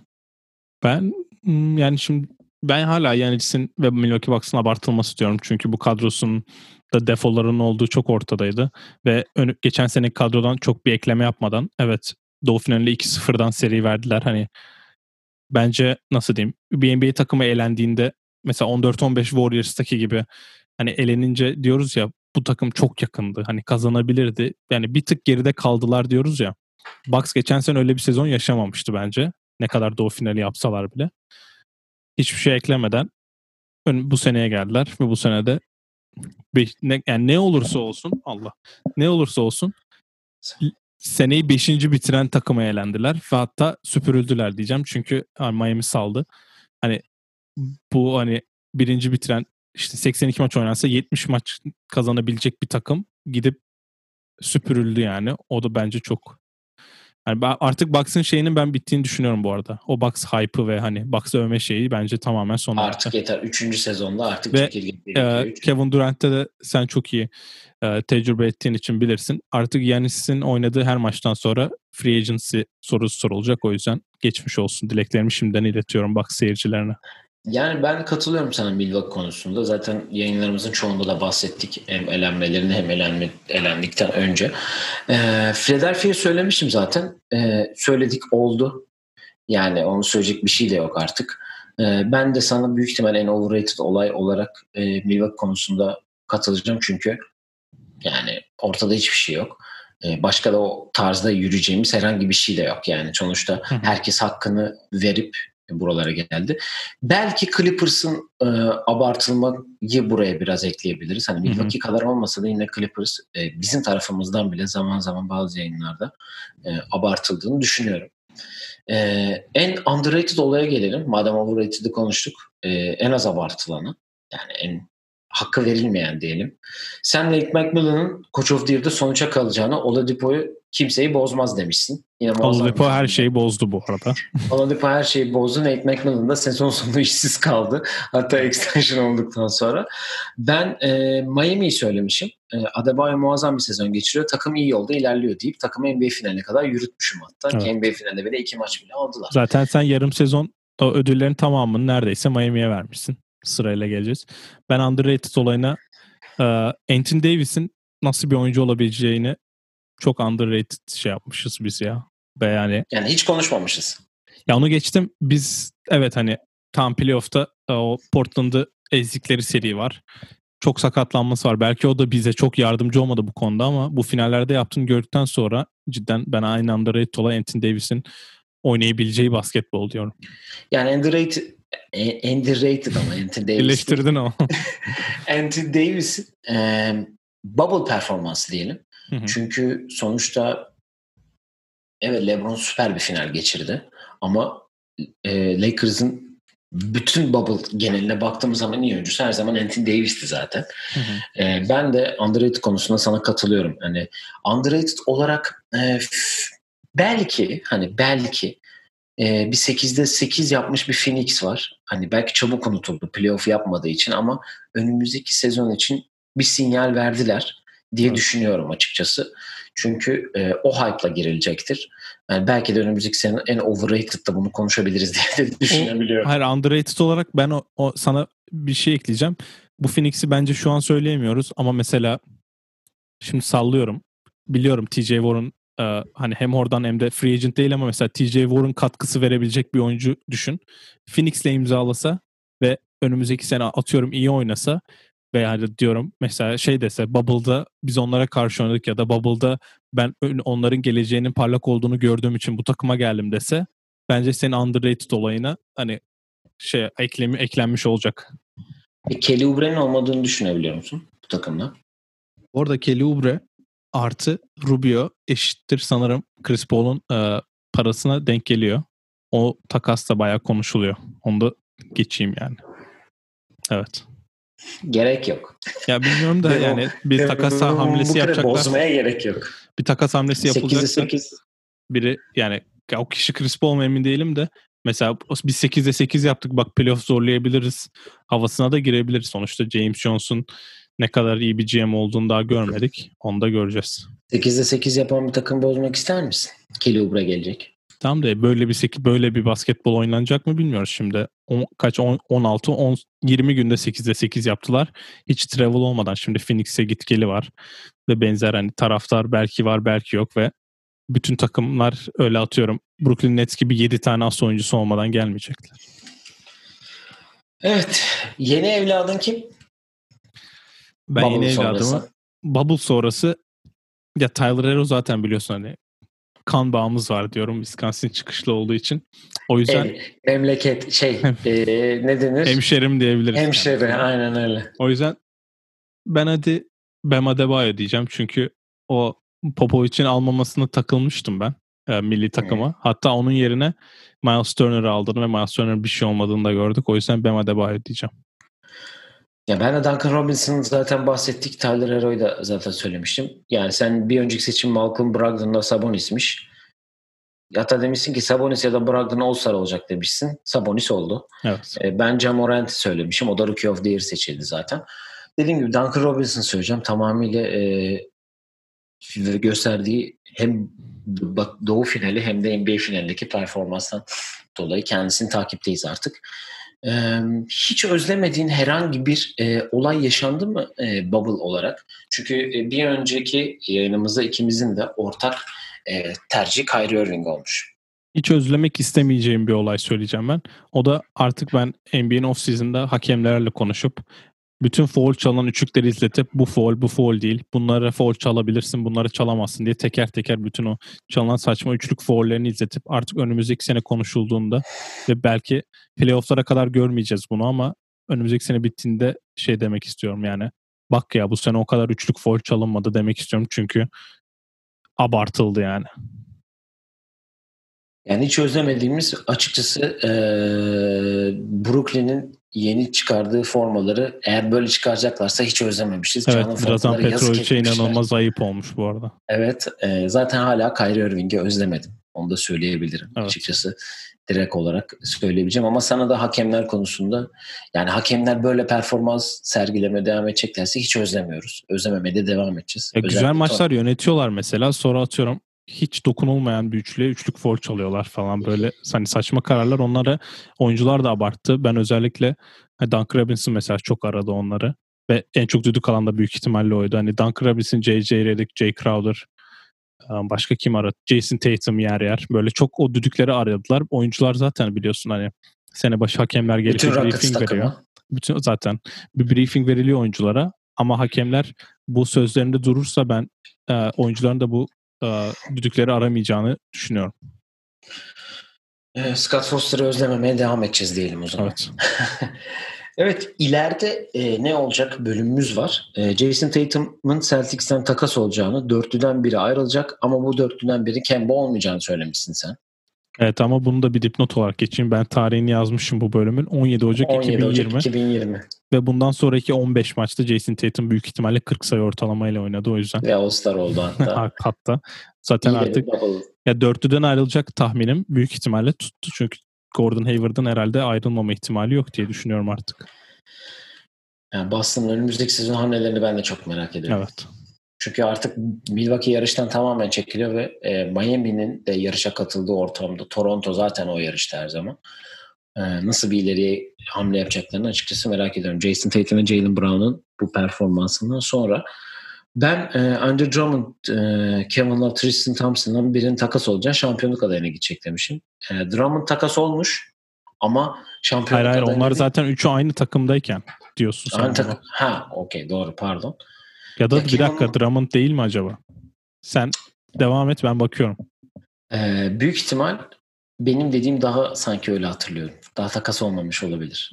Ben hala Giannis'in ve Milwaukee Bucks'ın abartılması diyorum. Çünkü bu kadrosunun da defolarının olduğu çok ortadaydı. Ve geçen sene kadrodan çok bir ekleme yapmadan, evet, Doğu finalinde 2-0'dan seri verdiler. Hani bence nasıl diyeyim, bir NBA takımı elendiğinde mesela 14-15 Warriors'taki gibi hani elenince diyoruz ya bu takım çok yakındı. Hani kazanabilirdi. Yani bir tık geride kaldılar diyoruz ya. Bucks geçen sene öyle bir sezon yaşamamıştı bence. Ne kadar Doğu finali yapsalar bile. Hiçbir şey eklemeden bu seneye geldiler ve bu senede yani ne olursa olsun ne olursa olsun seneyi 5. bitiren takıma elendiler ve hatta süpürüldüler diyeceğim. Çünkü Miami saldı. Hani bu hani 1. bitiren işte 82 maç oynansa 70 maç kazanabilecek bir takım gidip süpürüldü yani. O da bence çok. Yani artık Bucks'ın şeyinin ben bittiğini düşünüyorum bu arada. O Bucks hype'ı ve hani Bucks'ı övme şeyi bence tamamen sona erdi. Artık yeter. 3. sezonda artık çekilmek gerekiyor. Kevin Durant'te de sen çok iyi tecrübe ettiğin için bilirsin. Artık Giannis'in oynadığı her maçtan sonra free agency sorusu sorulacak. O yüzden geçmiş olsun. Dileklerimi şimdiden iletiyorum Bucks seyircilerine. Yani ben katılıyorum sana Milwaukee konusunda. Zaten yayınlarımızın çoğunda da bahsettik. Hem elenmelerini hem elendikten önce. Philadelphia'yı söylemiştim zaten. Söyledik oldu. Yani onu söyleyecek bir şey de yok artık. Ben de sana büyük ihtimal en overrated olay olarak Milwaukee konusunda katılacağım. Çünkü yani ortada hiçbir şey yok. Başka da o tarzda yürüyeceğimiz herhangi bir şey de yok. Yani sonuçta herkes hakkını verip buralara geldi. Belki Clippers'ın abartılmayı buraya biraz ekleyebiliriz. Hani Milwaukee kadar olmasa da yine Clippers bizim tarafımızdan bile zaman zaman bazı yayınlarda abartıldığını düşünüyorum. En underrated olaya gelelim. Madem overrated'ı konuştuk. En az abartılanı, yani en hakkı verilmeyen diyelim. Sen Nate McMillan'ın Coach of the Year'da sonuca kalacağına Oladipo'yu kimseyi bozmaz demişsin. Oladipo her şeyi bozdu bu arada. Oladipo her şeyi bozdu. Nate McMillan da sezon sonu işsiz kaldı. Hatta extension olduktan sonra. Ben Miami'yi söylemişim. Adebayo muazzam bir sezon geçiriyor. Takım iyi yolda ilerliyor deyip takımı NBA finaline kadar yürütmüşüm hatta. Evet. NBA finalinde bile 2 maç bile aldılar. Zaten sen yarım sezon o ödüllerin tamamını neredeyse Miami'ye vermişsin. Sırayla geleceğiz. Ben underrated olayına Anthony Davis'in nasıl bir oyuncu olabileceğini çok underrated şey yapmışız biz ya. Ve yani hiç konuşmamışız. Ya onu geçtim. Biz evet hani tam playoff'ta o Portland'ı ezdikleri seri var. Çok sakatlanması var. Belki o da bize çok yardımcı olmadı bu konuda ama bu finallerde yaptığını gördükten sonra cidden ben aynı anda underrated olan Anthony Davis'in oynayabileceği basketbol diyorum. Yani underrated ama Anthony Davis. Birleştirdin o. Anthony Davis bubble performansı diyelim. Hı-hı. Çünkü sonuçta evet LeBron süper bir final geçirdi ama Lakers'ın bütün bubble geneline baktığımız zaman iyi oyuncusu her zaman Anthony Davis'ti zaten. Ben de underrated konusunda sana katılıyorum. Hani underrated olarak belki bir 8'de 8 yapmış bir Phoenix var. Hani belki çabuk unutuldu playoff yapmadığı için ama önümüzdeki sezon için bir sinyal verdiler diye düşünüyorum açıkçası. Çünkü o hype'la girilecektir. Yani belki de önümüzdeki sene en overrated'da bunu konuşabiliriz diye de düşünebiliyorum. Hayır, underrated olarak ben o sana bir şey ekleyeceğim. Bu Phoenix'i bence şu an söyleyemiyoruz ama mesela şimdi sallıyorum. Biliyorum TJ Warren hani hem oradan hem de free agent değil ama mesela TJ Warren katkısı verebilecek bir oyuncu düşün. Phoenix'le imzalasa ve önümüzdeki sene atıyorum iyi oynasa veya diyorum mesela şey dese Bubble'da biz onlara karşı oynadık ya da Bubble'da ben onların geleceğinin parlak olduğunu gördüğüm için bu takıma geldim dese bence senin underrated olayına hani eklenmiş olacak. Kelly Oubre'nin olmadığını düşünebiliyor musun bu takımda? Orada Kelly Oubre artı Rubio eşittir sanırım Chris Paul'un parasına denk geliyor. O takas da bayağı konuşuluyor. Onu da geçeyim yani. Evet. Gerek yok. Ya bilmiyorum da yani bir takas hamlesi yapacaklar. Bozmaya gerek yok. Bir takas hamlesi yapılacaksa 8'e 8. Biri yani o kişi Chris Paul mu emin değilim de mesela biz 8'de 8 yaptık bak playoff zorlayabiliriz havasına da girebiliriz. Sonuçta James Jones'un ne kadar iyi bir GM olduğunu daha görmedik. Onu da göreceğiz. 8'de 8 yapan bir takım bozmak ister misin? Kelly Oubre gelecek. Tamam da böyle bir basketbol oynanacak mı bilmiyoruz şimdi. 20 günde 8'de 8 yaptılar. Hiç travel olmadan şimdi Phoenix'e git geli var. Ve benzer hani taraftar belki var belki yok ve bütün takımlar öyle atıyorum Brooklyn Nets gibi 7 tane as oyuncusu olmadan gelmeyecekler. Evet. Yeni evladın kim? Ben Bubble yeni evladımı Bubble sonrası ya Tyler Hero zaten biliyorsun hani kan bağımız var diyorum Wisconsin çıkışlı olduğu için. O yüzden memleket ne denir? Hemşerim diyebiliriz. Hemşeri yani. Aynen öyle. O yüzden ben hadi Bam Adebayo diyeceğim çünkü o Popovic'in almamasına takılmıştım ben milli takıma. Hatta onun yerine Miles Turner'ı aldığını ve Miles Turner'ın bir şey olmadığını da gördük. O yüzden Bam Adebayo diyeceğim. Ya ben de Duncan Robinson'ın zaten bahsettik. Tyler Hero'yu da zaten söylemiştim. Yani sen bir önceki seçim Malcolm Brogdon'la Sabonis'miş. Hatta demişsin ki Sabonis ya da Brogdon All-Star olacak demişsin. Sabonis oldu. Evet. Ben Ja Morant'i söylemişim. O da Rookie of the Year seçildi zaten. Dediğim gibi Duncan Robinson söyleyeceğim. Tamamıyla gösterdiği hem Doğu finali hem de NBA finalindeki performanstan dolayı kendisini takipteyiz artık. Hiç özlemediğin herhangi bir olay yaşandı mı Bubble olarak? Çünkü bir önceki yayınımızda ikimizin de ortak tercih Kyrie Irving olmuş. Hiç özlemek istemeyeceğim bir olay söyleyeceğim ben. O da artık ben NBA'nin off-season'da hakemlerle konuşup bütün foul çalan üçlükleri izletip bu foul değil. Bunlara foul çalabilirsin, bunları çalamazsın diye teker teker bütün o çalınan saçma üçlük foul'lerini izletip artık önümüzdeki sene konuşulduğunda ve belki playoff'lara kadar görmeyeceğiz bunu ama önümüzdeki sene bittiğinde şey demek istiyorum yani. Bak ya bu sene o kadar üçlük foul çalınmadı demek istiyorum çünkü abartıldı yani. Yani hiç özlemediğimiz açıkçası Brooklyn'in yeni çıkardığı formaları eğer böyle çıkaracaklarsa hiç özlememişiz. Evet, Drazen Petrovic'e inanılmaz ayıp olmuş bu arada. Evet, zaten hala Kyrie Irving'i özlemedim. Onu da söyleyebilirim açıkçası. Direkt olarak söyleyebileceğim ama sana da hakemler konusunda yani hakemler böyle performans sergilemeye devam edeceklerse hiç özlemiyoruz. Özlememeye de devam edeceğiz. Güzel maçlar yönetiyorlar mesela. Sonra atıyorum hiç dokunulmayan bir üçlüye üçlük foul çalıyorlar falan böyle hani saçma kararlar onları oyuncular da abarttı. Ben özellikle Duncan Robinson mesela çok aradı onları ve en çok düdük alan da büyük ihtimalle oydu. Hani Duncan Robinson, J.J. Redick, Jay Crowder başka kim aradı? Jason Tatum yer. Böyle çok o düdükleri aradılar. Oyuncular zaten biliyorsun hani sene başı hakemler gelip bir briefing veriyor. Bütün zaten bir briefing veriliyor oyunculara ama hakemler bu sözlerinde durursa ben oyuncuların da bu düdükleri aramayacağını düşünüyorum. Scott Foster'ı özlememeye devam edeceğiz diyelim o zaman. Evet. Evet, ileride ne olacak bölümümüz var. Jason Tatum'un Celtics'ten takas olacağını, dörtlüden biri ayrılacak ama bu dörtlüden biri Kemba olmayacağını söylemişsin sen. Evet ama bunu da bir dipnot olarak geçeyim. Ben tarihini yazmışım bu bölümün. 17 Ocak 2020. Ve bundan sonraki 15 maçta Jason Tatum büyük ihtimalle 40 sayı ortalamayla oynadı o yüzden. Ve All-Star oldu hatta. Hatta. Zaten İyi artık ya dörtlüden ayrılacak tahminim büyük ihtimalle tuttu. Çünkü Gordon Hayward'ın herhalde ayrılmama ihtimali yok diye düşünüyorum artık. Yani Boston'ın önümüzdeki sezon hamlelerini ben de çok merak ediyorum. Evet. Çünkü artık Milwaukee yarıştan tamamen çekiliyor ve Miami'nin de yarışa katıldığı ortamda Toronto zaten o yarışta her zaman. Nasıl bir ileriye hamle yapacaklarını açıkçası merak ediyorum. Jason Tatum ve Jaylen Brown'un bu performansından sonra ben Andre Drummond, Kevin Love, Tristan Thompson'dan birinin takas olacağı şampiyonluk adayına gidecek demişim. Drummond takas olmuş ama şampiyonluk adayına... Hayır onlar zaten üçü aynı takımdayken diyorsun sen. Okey doğru pardon. Ya da bir dakika Drummond değil mi acaba? Sen devam et ben bakıyorum. Büyük ihtimal benim dediğim daha sanki öyle hatırlıyorum. Daha takas olmamış olabilir.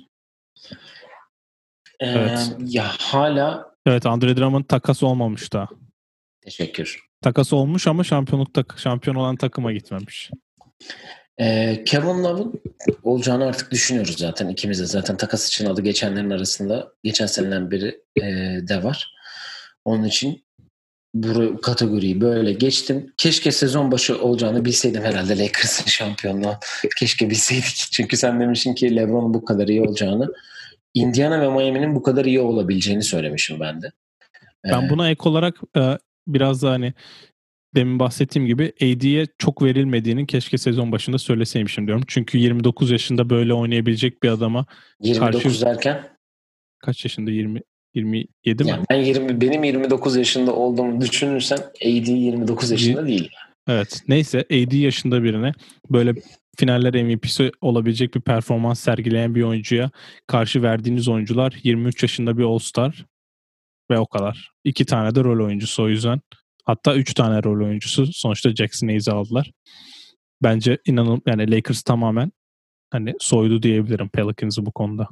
Evet. Ya hala evet Andre Drummond takas olmamış da. Teşekkür. Takas olmuş ama şampiyon olan takıma gitmemiş. Kevin Love'ın olacağını artık düşünüyoruz zaten. İkimiz de zaten takas için adı geçenlerin arasında geçen seneden beri de var. Onun için bu kategoriyi böyle geçtim. Keşke sezon başı olacağını bilseydim herhalde Lakers'ın şampiyonluğu. Keşke bilseydik. Çünkü sen demişsin ki LeBron'un bu kadar iyi olacağını. Indiana ve Miami'nin bu kadar iyi olabileceğini söylemişim ben de. Ben buna ek olarak biraz da hani demin bahsettiğim gibi AD'ye çok verilmediğinin keşke sezon başında söyleseymişim diyorum. Çünkü 29 yaşında böyle oynayabilecek bir adama 29 derken? Kaç yaşında? 27 mi? Yani benim 29 yaşında olduğumu düşünürsen AD 29 yaşında değil. Evet. Neyse AD yaşında birine böyle finaller MVP'si olabilecek bir performans sergileyen bir oyuncuya karşı verdiğiniz oyuncular 23 yaşında bir All-Star ve o kadar. 2 tane de rol oyuncusu o yüzden. Hatta 3 tane rol oyuncusu. Sonuçta Jackson Hayes'i aldılar. Bence yani Lakers tamamen hani soydu diyebilirim Pelicans'ı bu konuda.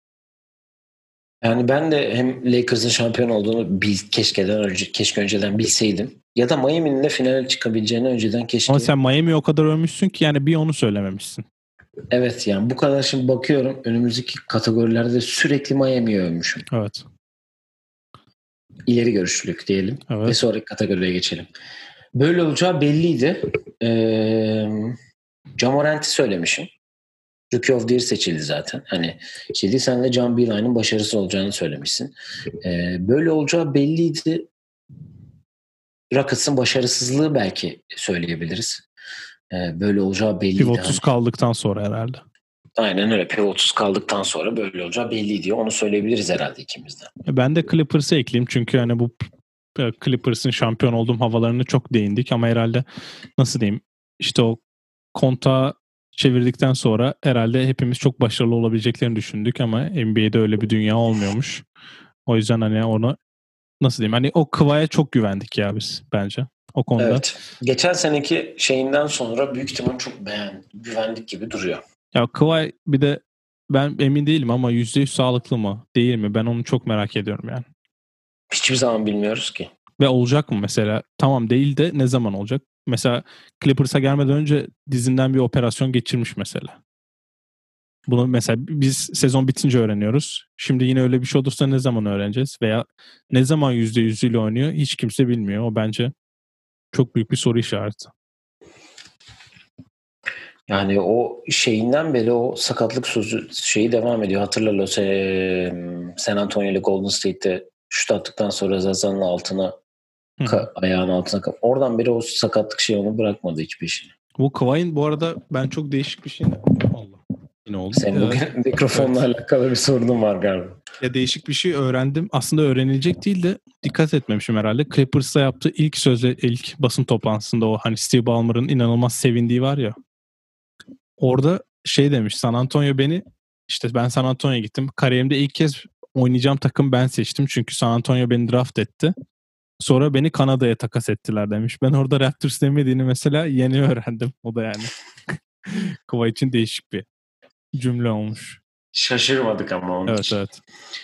Yani ben de hem Lakers'ın şampiyon olduğunu keşke önceden bilseydim. Ya da Miami'nin de finale çıkabileceğini önceden keşke. Ama sen Miami'yi o kadar övmüşsün ki yani bir onu söylememişsin. Evet yani bu kadar şimdi bakıyorum önümüzdeki kategorilerde sürekli Miami'yi övmüşüm. Evet. İleri görüşlülük diyelim. Evet. Ve sonraki kategoriye geçelim. Böyle olacağı belliydi. Ja Morant'i söylemişim. Rookie of the Year seçildi zaten. Hani sen de John Beeline'ın başarısı olacağını söylemişsin. Böyle olacağı belliydi. Rockets'ın başarısızlığı belki söyleyebiliriz. Böyle olacağı belliydi. Pivotsuz kaldıktan sonra herhalde. Aynen öyle. Pivotsuz kaldıktan sonra böyle olacağı belliydi. Onu söyleyebiliriz herhalde ikimizden. Ben de Clippers'ı ekleyeyim. Çünkü hani bu Clippers'ın şampiyon olduğum havalarını çok değindik. Ama herhalde nasıl diyeyim işte o konta çevirdikten sonra herhalde hepimiz çok başarılı olabileceklerini düşündük ama NBA'de öyle bir dünya olmuyormuş. O yüzden hani onu nasıl diyeyim, hani o Kıva'ya çok güvendik ya biz bence o konuda. Evet. Geçen seneki şeyinden sonra büyük ihtimal çok güvendik gibi duruyor. Ya Kıva bir de ben emin değilim ama %100 sağlıklı mı değil mi? Ben onu çok merak ediyorum yani. Hiçbir zaman bilmiyoruz ki. Ve olacak mı mesela? Tamam değil de ne zaman olacak? Mesela Clippers'a gelmeden önce dizinden bir operasyon geçirmiş mesela. Bunu mesela biz sezon bitince öğreniyoruz. Şimdi yine öyle bir şey olursa ne zaman öğreneceğiz? Veya ne zaman %100'üyle oynuyor? Hiç kimse bilmiyor. O bence çok büyük bir soru işareti. Yani o şeyinden beri o sakatlık sözü şeyi devam ediyor. Hatırla San Antonio ile Golden State'te şut attıktan sonra Zaza'nın altına ayağının altına oradan beri o sakatlık şeyi onu bırakmadı hiçbir işini. Bu Kawhi'nin bu arada ben çok değişik bir şey yine oldu. Senin bugün mikrofonla alakalı bir sorunun var galiba. Ya değişik bir şey öğrendim. Aslında öğrenilecek değil de dikkat etmemişim herhalde. Clippers'ta yaptığı ilk basın toplantısında o hani Steve Ballmer'ın inanılmaz sevindiği var ya. Orada şey demiş, San Antonio ben San Antonio'ya gittim. Kariyerimde ilk kez oynayacağım takım ben seçtim. Çünkü San Antonio beni draft etti. Sonra beni Kanada'ya takas ettiler demiş. Ben orada Raptors demediğini mesela yeni öğrendim. O da yani. Kıva için değişik bir cümle olmuş. Şaşırmadık ama onun için. Evet.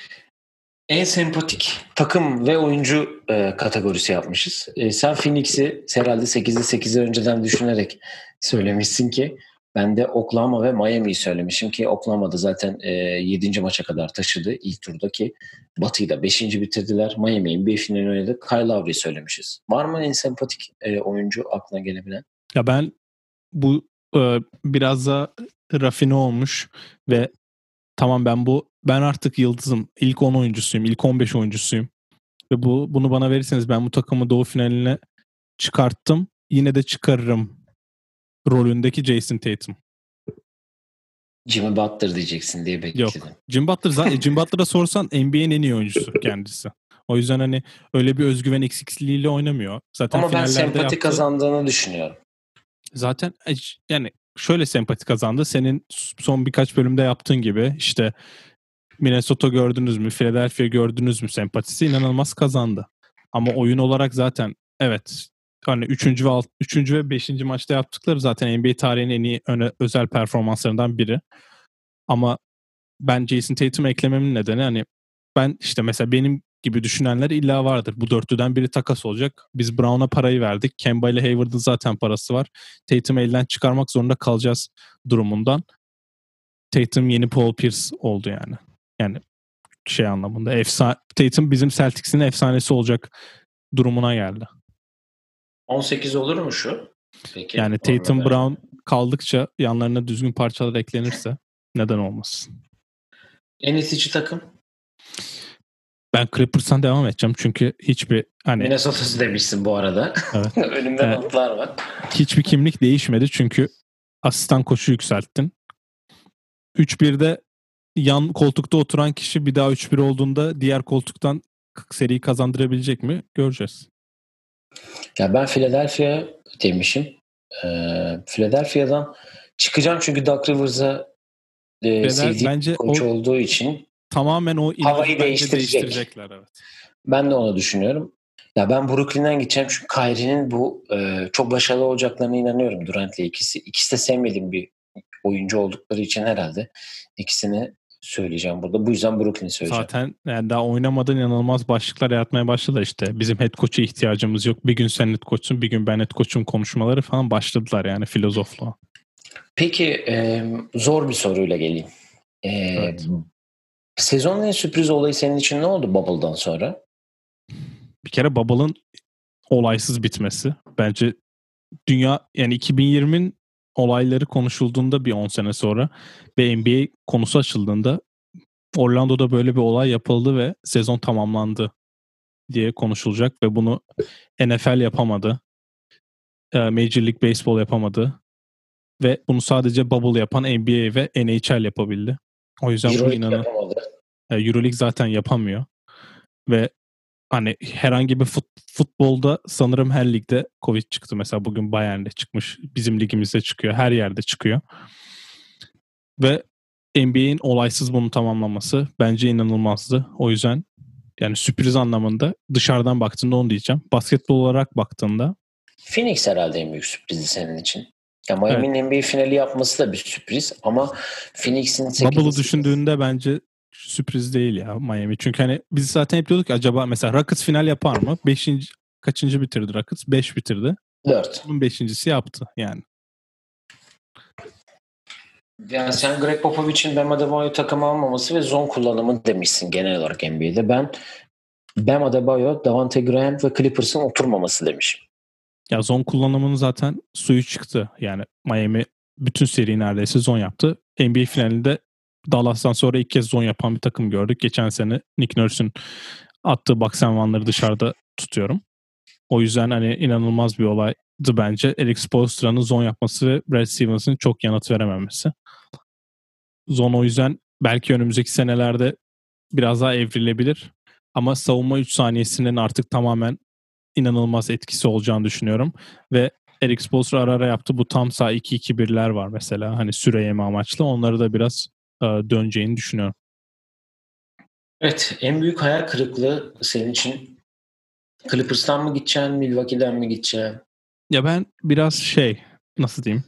En sempatik takım ve oyuncu kategorisi yapmışız. Sen Phoenix'i herhalde 8'de 8'i önceden düşünerek söylemişsin ki ben de Oklahoma ve Miami'yi söylemişim ki Oklahoma'da zaten 7. maça kadar taşıdı ilk turdaki. Batı'yı da 5. bitirdiler. Miami'nin bir finalini oynadı. Kyle Lowry'i söylemişiz. Var mı en sempatik oyuncu aklına gelebilen? Ya ben bu biraz da rafine olmuş ve tamam ben artık yıldızım. İlk 10 oyuncusuyum. İlk 15 oyuncusuyum. Ve bunu bana verirseniz ben bu takımı doğu finaline çıkarttım. Yine de çıkarırım rolündeki Jason Tatum. Jimmy Butler diyeceksin diye bekledim. Yok. Jimmy Butler'a sorsan NBA'nin en iyi oyuncusu kendisi. O yüzden hani öyle bir özgüven eksikliğiyle oynamıyor. Zaten ama ben sempati kazandığını düşünüyorum. Zaten yani şöyle sempati kazandı. Senin son birkaç bölümde yaptığın gibi işte Minnesota gördünüz mü, Philadelphia gördünüz mü sempatisi inanılmaz kazandı. Ama oyun olarak zaten evet hani 3. ve 5. maçta yaptıkları zaten NBA tarihinin en iyi özel performanslarından biri. Ama ben Jason Tatum'u eklememin nedeni hani ben işte mesela benim gibi düşünenler illa vardır. Bu dörtlüden biri takas olacak. Biz Brown'a parayı verdik. Kemba ile Hayward'ın zaten parası var. Tatum'u elden çıkarmak zorunda kalacağız durumundan. Tatum yeni Paul Pierce oldu yani. Yani şey anlamında. Tatum bizim Celtics'in efsanesi olacak durumuna geldi. 18 olur mu şu? Peki, yani Tatum Brown kaldıkça yanlarına düzgün parçalar eklenirse neden olmasın? En itici takım? Ben Clippers'tan devam edeceğim çünkü hiçbir hani Minnesota'sı demişsin bu arada. Evet. Önümde notlar var. Hiçbir kimlik değişmedi çünkü asistan koçu yükselttin. 3-1'de yan koltukta oturan kişi bir daha 3-1 olduğunda diğer koltuktan seriyi kazandırabilecek mi? Göreceğiz. Ya ben Philadelphia demişim. Philadelphia'dan çıkacağım çünkü Doug Rivers'a sevdiğim koç olduğu için tamamen o havayı değiştirecekler. Evet. Ben de onu düşünüyorum. Ya ben Brooklyn'den gideceğim çünkü Kyrie'nin bu çok başarılı olacaklarına inanıyorum Durant'le ikisi. İkisi de sevmediğim bir oyuncu oldukları için herhalde ikisini söyleyeceğim burada. Bu yüzden Brooklyn'i söyleyeceğim. Zaten yani daha oynamadan inanılmaz başlıklar yaratmaya başladı işte. Bizim head coach'a ihtiyacımız yok. Bir gün sen head coach'sun, bir gün ben head coach'um konuşmaları falan başladılar yani filozofluğa. Peki zor bir soruyla geleyim. Evet. Sezonun en sürpriz olayı senin için ne oldu Bubble'dan sonra? Bir kere Bubble'ın olaysız bitmesi. Bence dünya yani 2020'nin olayları konuşulduğunda bir 10 sene sonra ve NBA konusu açıldığında Orlando'da böyle bir olay yapıldı ve sezon tamamlandı diye konuşulacak ve bunu NFL yapamadı. Major League Baseball yapamadı. Ve bunu sadece Bubble yapan NBA ve NHL yapabildi. O yüzden Euroleague yapamadı. Euroleague zaten yapamıyor. Ve hani herhangi bir futbolda sanırım her ligde Covid çıktı. Mesela bugün Bayern'de çıkmış. Bizim ligimizde çıkıyor. Her yerde çıkıyor. Ve NBA'in olaysız bunu tamamlaması bence inanılmazdı. O yüzden yani sürpriz anlamında dışarıdan baktığında onu diyeceğim. Basketbol olarak baktığında Phoenix herhalde en büyük sürprizi senin için. Ya evet, Miami'nin NBA finali yapması da bir sürpriz ama Phoenix'in 8. Bubble'ı düşündüğünde bence sürpriz değil ya Miami. Çünkü hani biz zaten hep diyorduk ki acaba mesela Rockets final yapar mı? Kaçıncı bitirdi Rockets? 5 bitirdi. 4. Bunun 5.'si yaptı yani. Yani sen Greg Popovich'in Bam Adebayo takım almaması ve zon kullanımı demişsin genel olarak NBA'de. Ben Bam Adebayo, Davante Graham ve Clippers'ın oturmaması demişim. Ya zon kullanımının zaten suyu çıktı. Yani Miami bütün seri neredeyse zon yaptı. NBA finalinde Dallas'tan sonra ilk kez zon yapan bir takım gördük. Geçen sene Nick Nurse'ün attığı box and one'ları dışarıda tutuyorum. O yüzden hani inanılmaz bir olaydı bence. Eric Spoelstra'nın zon yapması ve Brad Stevens'ın çok yanıt verememesi. Zon o yüzden belki önümüzdeki senelerde biraz daha evrilebilir. Ama savunma 3 saniyesinin artık tamamen inanılmaz etkisi olacağını düşünüyorum. Ve Eric Spoelstra ara ara yaptı. Bu tam sağ 2-2-1'ler var mesela. Hani süre yeme amaçlı. Onları da biraz döneceğini düşünüyorum. Evet, en büyük hayal kırıklığı senin için Clippers'tan mı gideceksin, Milwaukee'den mi gideceksin? Ya ben biraz nasıl diyeyim?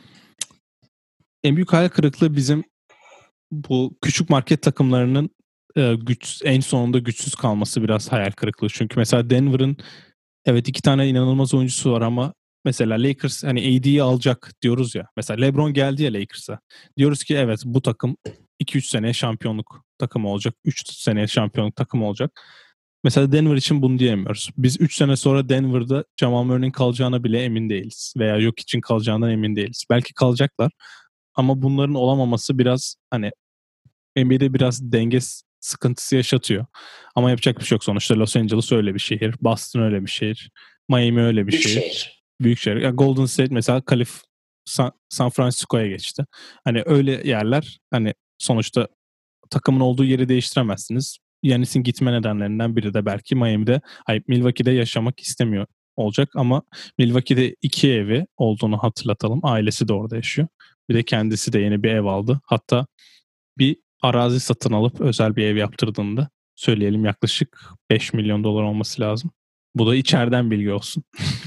En büyük hayal kırıklığı bizim bu küçük market takımlarının en sonunda güçsüz kalması biraz hayal kırıklığı. Çünkü mesela Denver'ın evet 2 tane inanılmaz oyuncusu var ama mesela Lakers hani AD'yi alacak diyoruz ya. Mesela LeBron geldi ya Lakers'a. Diyoruz ki evet bu takım 2-3 seneye şampiyonluk takımı olacak. 3 seneye şampiyonluk takımı olacak. Mesela Denver için bunu diyemiyoruz. Biz 3 sene sonra Denver'da Jamal Murray'nin kalacağına bile emin değiliz. Veya yok için kalacağından emin değiliz. Belki kalacaklar. Ama bunların olamaması biraz hani NBA'de biraz denge sıkıntısı yaşatıyor. Ama yapacak bir şey yok sonuçta. Los Angeles öyle bir şehir. Boston öyle bir şehir. Miami öyle bir Büyük şehir. şehir. Büyük şehir. Ya Golden State mesela San Francisco'ya geçti. Hani öyle yerler hani sonuçta takımın olduğu yeri değiştiremezsiniz. Yanis'in gitme nedenlerinden biri de belki Milwaukee'de yaşamak istemiyor olacak ama Milwaukee'de 2 evi olduğunu hatırlatalım. Ailesi de orada yaşıyor. Bir de kendisi de yeni bir ev aldı. Hatta bir arazi satın alıp özel bir ev yaptırdığında söyleyelim yaklaşık 5 milyon dolar olması lazım. Bu da içeriden bilgi olsun.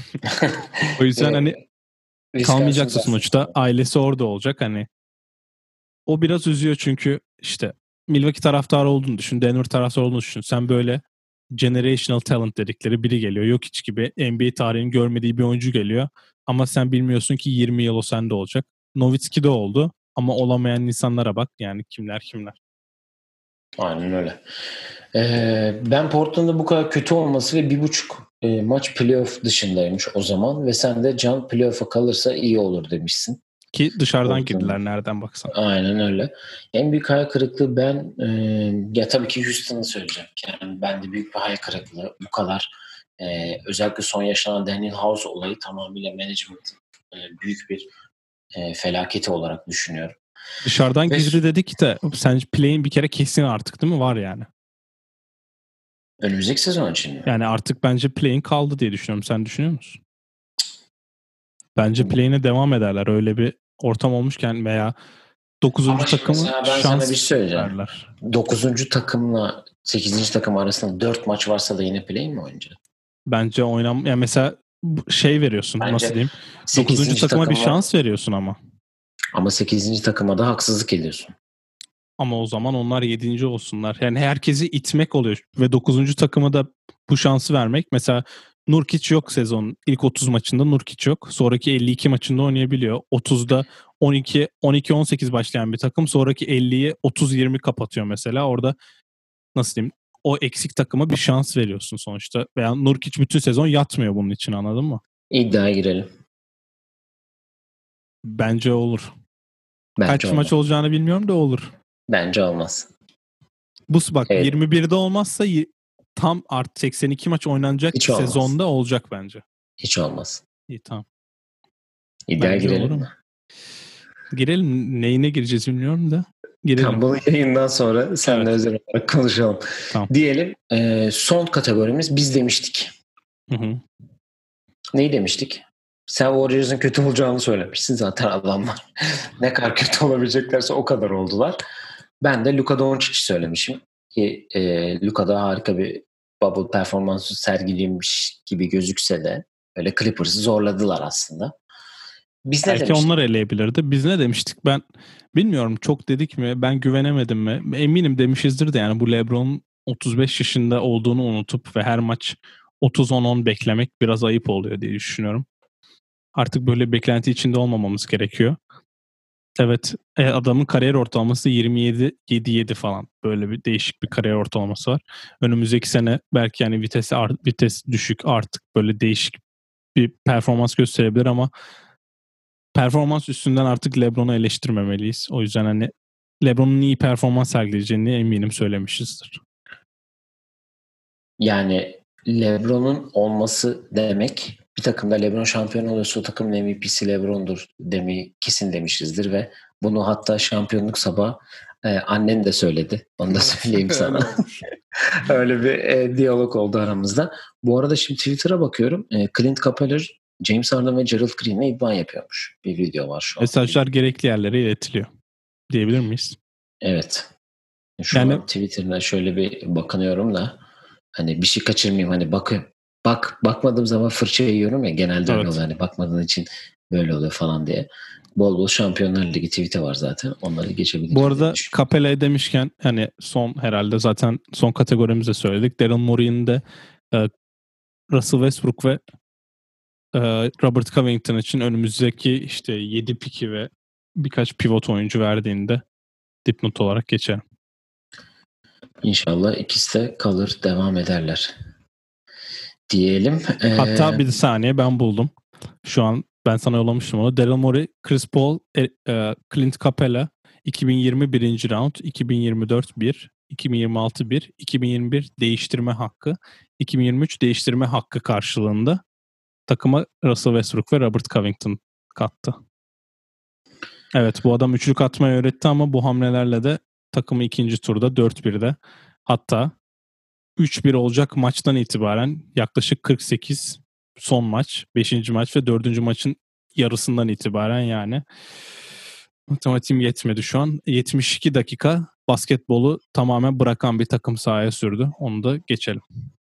O yüzden hani kalmayacaksa sonuçta ailesi orada olacak. Hani o biraz üzüyor çünkü işte Milwaukee taraftarı olduğunu düşün, Denver taraftarı olduğunu düşün. Sen böyle generational talent dedikleri biri geliyor. Yok hiç gibi NBA tarihinin görmediği bir oyuncu geliyor. Ama sen bilmiyorsun ki 20 yıl o sende olacak. Nowitzki de oldu ama olamayan insanlara bak yani kimler. Aynen öyle. Ben Portland'da bu kadar kötü olması ve 1,5 maç playoff dışındaymış o zaman ve sen de Can playoff'a kalırsa iyi olur demişsin. Ki dışarıdan Portland. girdiler nereden baksan. Aynen öyle. En büyük hayal kırıklığı ya tabii ki Houston'ı söyleyeceğim. Yani bende büyük bir hayal kırıklığı. Bu kadar özellikle son yaşanan Daniel House olayı tamamıyla management'ın büyük bir felaketi olarak düşünüyorum. Dışarıdan girdi dedik de sence play'in bir kere kesin artık değil mi? Var yani. Önümüzdeki sezon için mi? Yani artık bence play'in kaldı diye düşünüyorum. Sen düşünüyor musun? Bence play'ine devam ederler. Öyle bir ortam olmuşken veya 9. takımı ben sana bir şey şans söyleyeceğim. verler. 9. takımla 8. takım arasında 4 maç varsa da yine play mi oynayacak? Bence yani mesela veriyorsun. Bence nasıl diyeyim? 9. takıma bir şans veriyorsun ama. Ama 8. takıma da haksızlık ediyorsun. Ama o zaman onlar 7. olsunlar. Yani herkesi itmek oluyor. Ve 9. takıma da bu şansı vermek. Mesela Nurkic yok sezonun ilk 30 maçında Nurkic yok. Sonraki 52 maçında oynayabiliyor. 30'da 12-18 başlayan bir takım sonraki 50'yi 30-20 kapatıyor mesela. Orada nasıl diyeyim o eksik takıma bir şans veriyorsun sonuçta. Veya Nurkic bütün sezon yatmıyor bunun için anladın mı? İddiaya girelim. Bence olur. Bence Kaç olmaz. maç olacağını bilmiyorum da olur. Bence olmaz. Bak evet. 21'de olmazsa tam artı 82 maç oynanacak Hiç sezonda olmaz. olacak bence. Hiç olmaz. İyi tamam. İddiaya girelim mi? Girelim. Neyine gireceğiz bilmiyorum da. girelim. Tamam, bunu yayından sonra seninle özel olarak konuşalım. Tamam. Diyelim son kategorimiz biz demiştik. Hı. Neyi demiştik? Sen Warriors'ın kötü olacağını söylemişsin zaten adamlar. Ne kadar kötü olabileceklerse o kadar oldular. Ben de Luka Doncic'i söylemişim. Ki Luka da harika bir bubble performansı sergileymiş gibi gözükse de öyle Clippers'ı zorladılar aslında. Biz ne belki demiştik? onlar eleyebilirdi. Biz ne demiştik? Ben bilmiyorum, çok dedik mi? Ben güvenemedim mi? Eminim demişizdir de yani bu LeBron'un 35 yaşında olduğunu unutup ve her maç 30-10-10 beklemek biraz ayıp oluyor diye düşünüyorum. Artık böyle beklenti içinde olmamamız gerekiyor. Evet, adamın kariyer ortalaması 27-7-7 falan. Böyle bir değişik bir kariyer ortalaması var. Önümüzdeki sene belki yani vites düşük, artık böyle değişik bir performans gösterebilir ama performans üstünden artık LeBron'u eleştirmemeliyiz. O yüzden hani LeBron'un iyi performans sergileyeceğini eminim söylemişizdir. Yani LeBron'un olması demek, bir takımda LeBron şampiyon olursa o takımın MVP'si LeBron'dur demeyi kesin demişizdir ve bunu hatta şampiyonluk sabahı annen de söyledi. Onu da söyleyeyim sana. Öyle bir diyalog oldu aramızda. Bu arada şimdi Twitter'a bakıyorum. Clint Capeller, James Harden ve Gerald Green'le idman yapıyormuş. Bir video var şu an. Mesajlar gerekli yerlere iletiliyor diyebilir miyiz? Evet. Şu an Twitter'da şöyle bir bakınıyorum da hani bir şey kaçırmayayım, hani bakmadığım zaman fırça yiyorum ya, genelde öyle oluyor. Hani bakmadığın için böyle oluyor falan diye. Bol bol Şampiyonlar Ligi tweet'e var zaten. Onları geçebiliriz. Bu arada Capella'ya demişken hani son, herhalde zaten son kategorimizde söyledik. Daryl Morey'in de Russell Westbrook ve Robert Covington için önümüzdeki işte 7 piki ve birkaç pivot oyuncu verdiğinde dipnot olarak geçerim. İnşallah ikisi de kalır, devam ederler diyelim. Hatta bir saniye, ben buldum. Şu an ben sana yollamıştım onu. Daryl Morey, Chris Paul, Clint Capella 2020 birinci round, 2024 1, 2026 1, 2021 değiştirme hakkı, 2023 değiştirme hakkı karşılığında takıma Russell Westbrook ve Robert Covington kattı. Evet, bu adam üçlük atmayı öğretti ama bu hamlelerle de takımı ikinci turda 4-1'de, hatta 3-1 olacak maçtan itibaren yaklaşık 48 son maç, 5. maç ve 4. maçın yarısından itibaren, yani matematiğim yetmedi şu an, 72 dakika basketbolu tamamen bırakan bir takım sahaya sürdü. Onu da geçelim.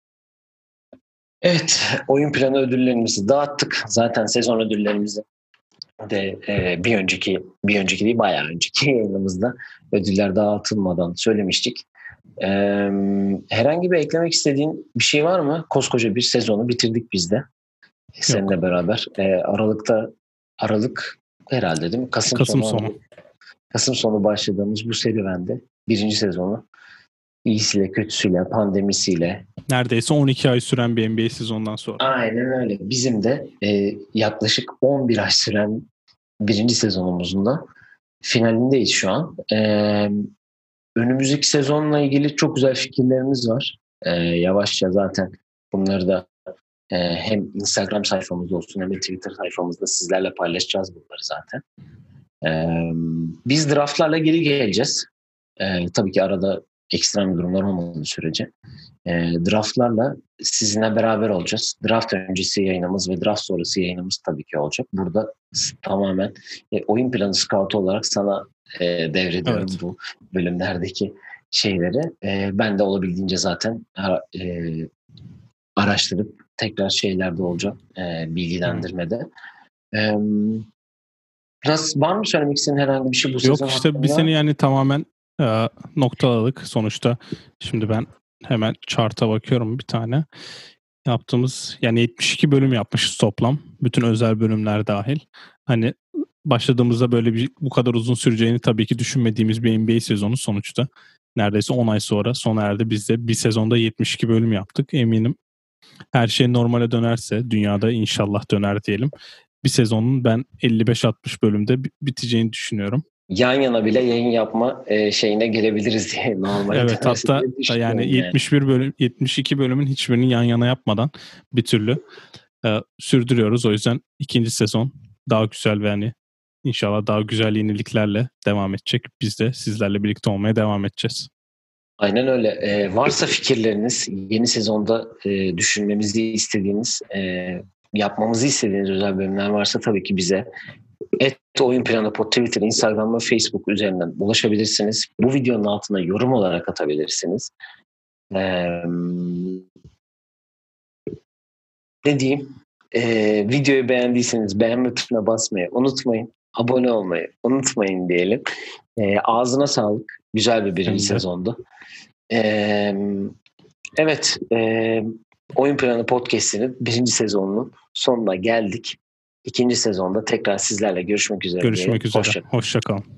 Evet, oyun planı ödüllerimizi dağıttık. Zaten sezon ödüllerimizi de bir önceki değil, bayağı önceki yayınımızda ödüller dağıtılmadan söylemiştik. Herhangi bir eklemek istediğin bir şey var mı? Koskoca bir sezonu bitirdik biz de. Seninle beraber. Aralık herhalde değil mi? Kasım sonu başladığımız bu serüvende birinci sezonu iyisiyle kötüsüyle, pandemisiyle. Neredeyse 12 ay süren bir NBA sezonundan sonra. Aynen öyle. Bizim de yaklaşık 11 ay süren birinci sezonumuzun da finalindeyiz şu an. Önümüzdeki sezonla ilgili çok güzel fikirlerimiz var. Yavaşça zaten bunları da hem Instagram sayfamızda olsun hem de Twitter sayfamızda sizlerle paylaşacağız bunları zaten. Biz draftlarla geri geleceğiz. Tabii ki arada ekstrem durumlar olmadığı sürece. Draftlarla sizinle beraber olacağız. Draft öncesi yayınımız ve draft sonrası yayınımız tabii ki olacak. Burada tamamen oyun planı scout olarak sana devrediyorum bu bölümlerdeki şeyleri. Ben de olabildiğince zaten araştırıp tekrar şeylerde olacak bilgilendirmede. Nasıl, var mı söylemek istediğin herhangi bir şey bu sezon? Yok işte bir sene yani tamamen noktaladık sonuçta. Şimdi ben hemen chart'a bakıyorum bir tane. Yaptığımız yani 72 bölüm yapmışız toplam. Bütün özel bölümler dahil. Hani başladığımızda böyle bu kadar uzun süreceğini tabii ki düşünmediğimiz bir NBA sezonu sonuçta. Neredeyse 10 ay sonra sona erdi. Biz de bir sezonda 72 bölüm yaptık. Eminim her şey normale dönerse, dünyada inşallah döner diyelim, bir sezonun ben 55-60 bölümde biteceğini düşünüyorum. Yan yana bile yayın yapma şeyine gelebiliriz diye normalde. Evet, hatta yani 71 bölüm, 72 bölümün hiçbirini yan yana yapmadan bir türlü sürdürüyoruz. O yüzden ikinci sezon daha güzel ve hani İnşallah daha güzel yeniliklerle devam edecek. Biz de sizlerle birlikte olmaya devam edeceğiz. Aynen öyle. Varsa fikirleriniz, yeni sezonda düşünmemizi istediğiniz, yapmamızı istediğiniz özel bölümler varsa tabii ki bize @oyunplanı Twitter, Instagram ve Facebook üzerinden ulaşabilirsiniz. Bu videonun altına yorum olarak atabilirsiniz. Ne diyeyim? Videoyu beğendiyseniz beğenme tuşuna basmayı unutmayın. Abone olmayı unutmayın diyelim. Ağzına sağlık. Güzel bir birinci sezondu. Evet. Oyun Planı Podcast'inin birinci sezonunun sonuna geldik. İkinci sezonda tekrar sizlerle görüşmek üzere. Görüşmek üzere. Hoşça kalın.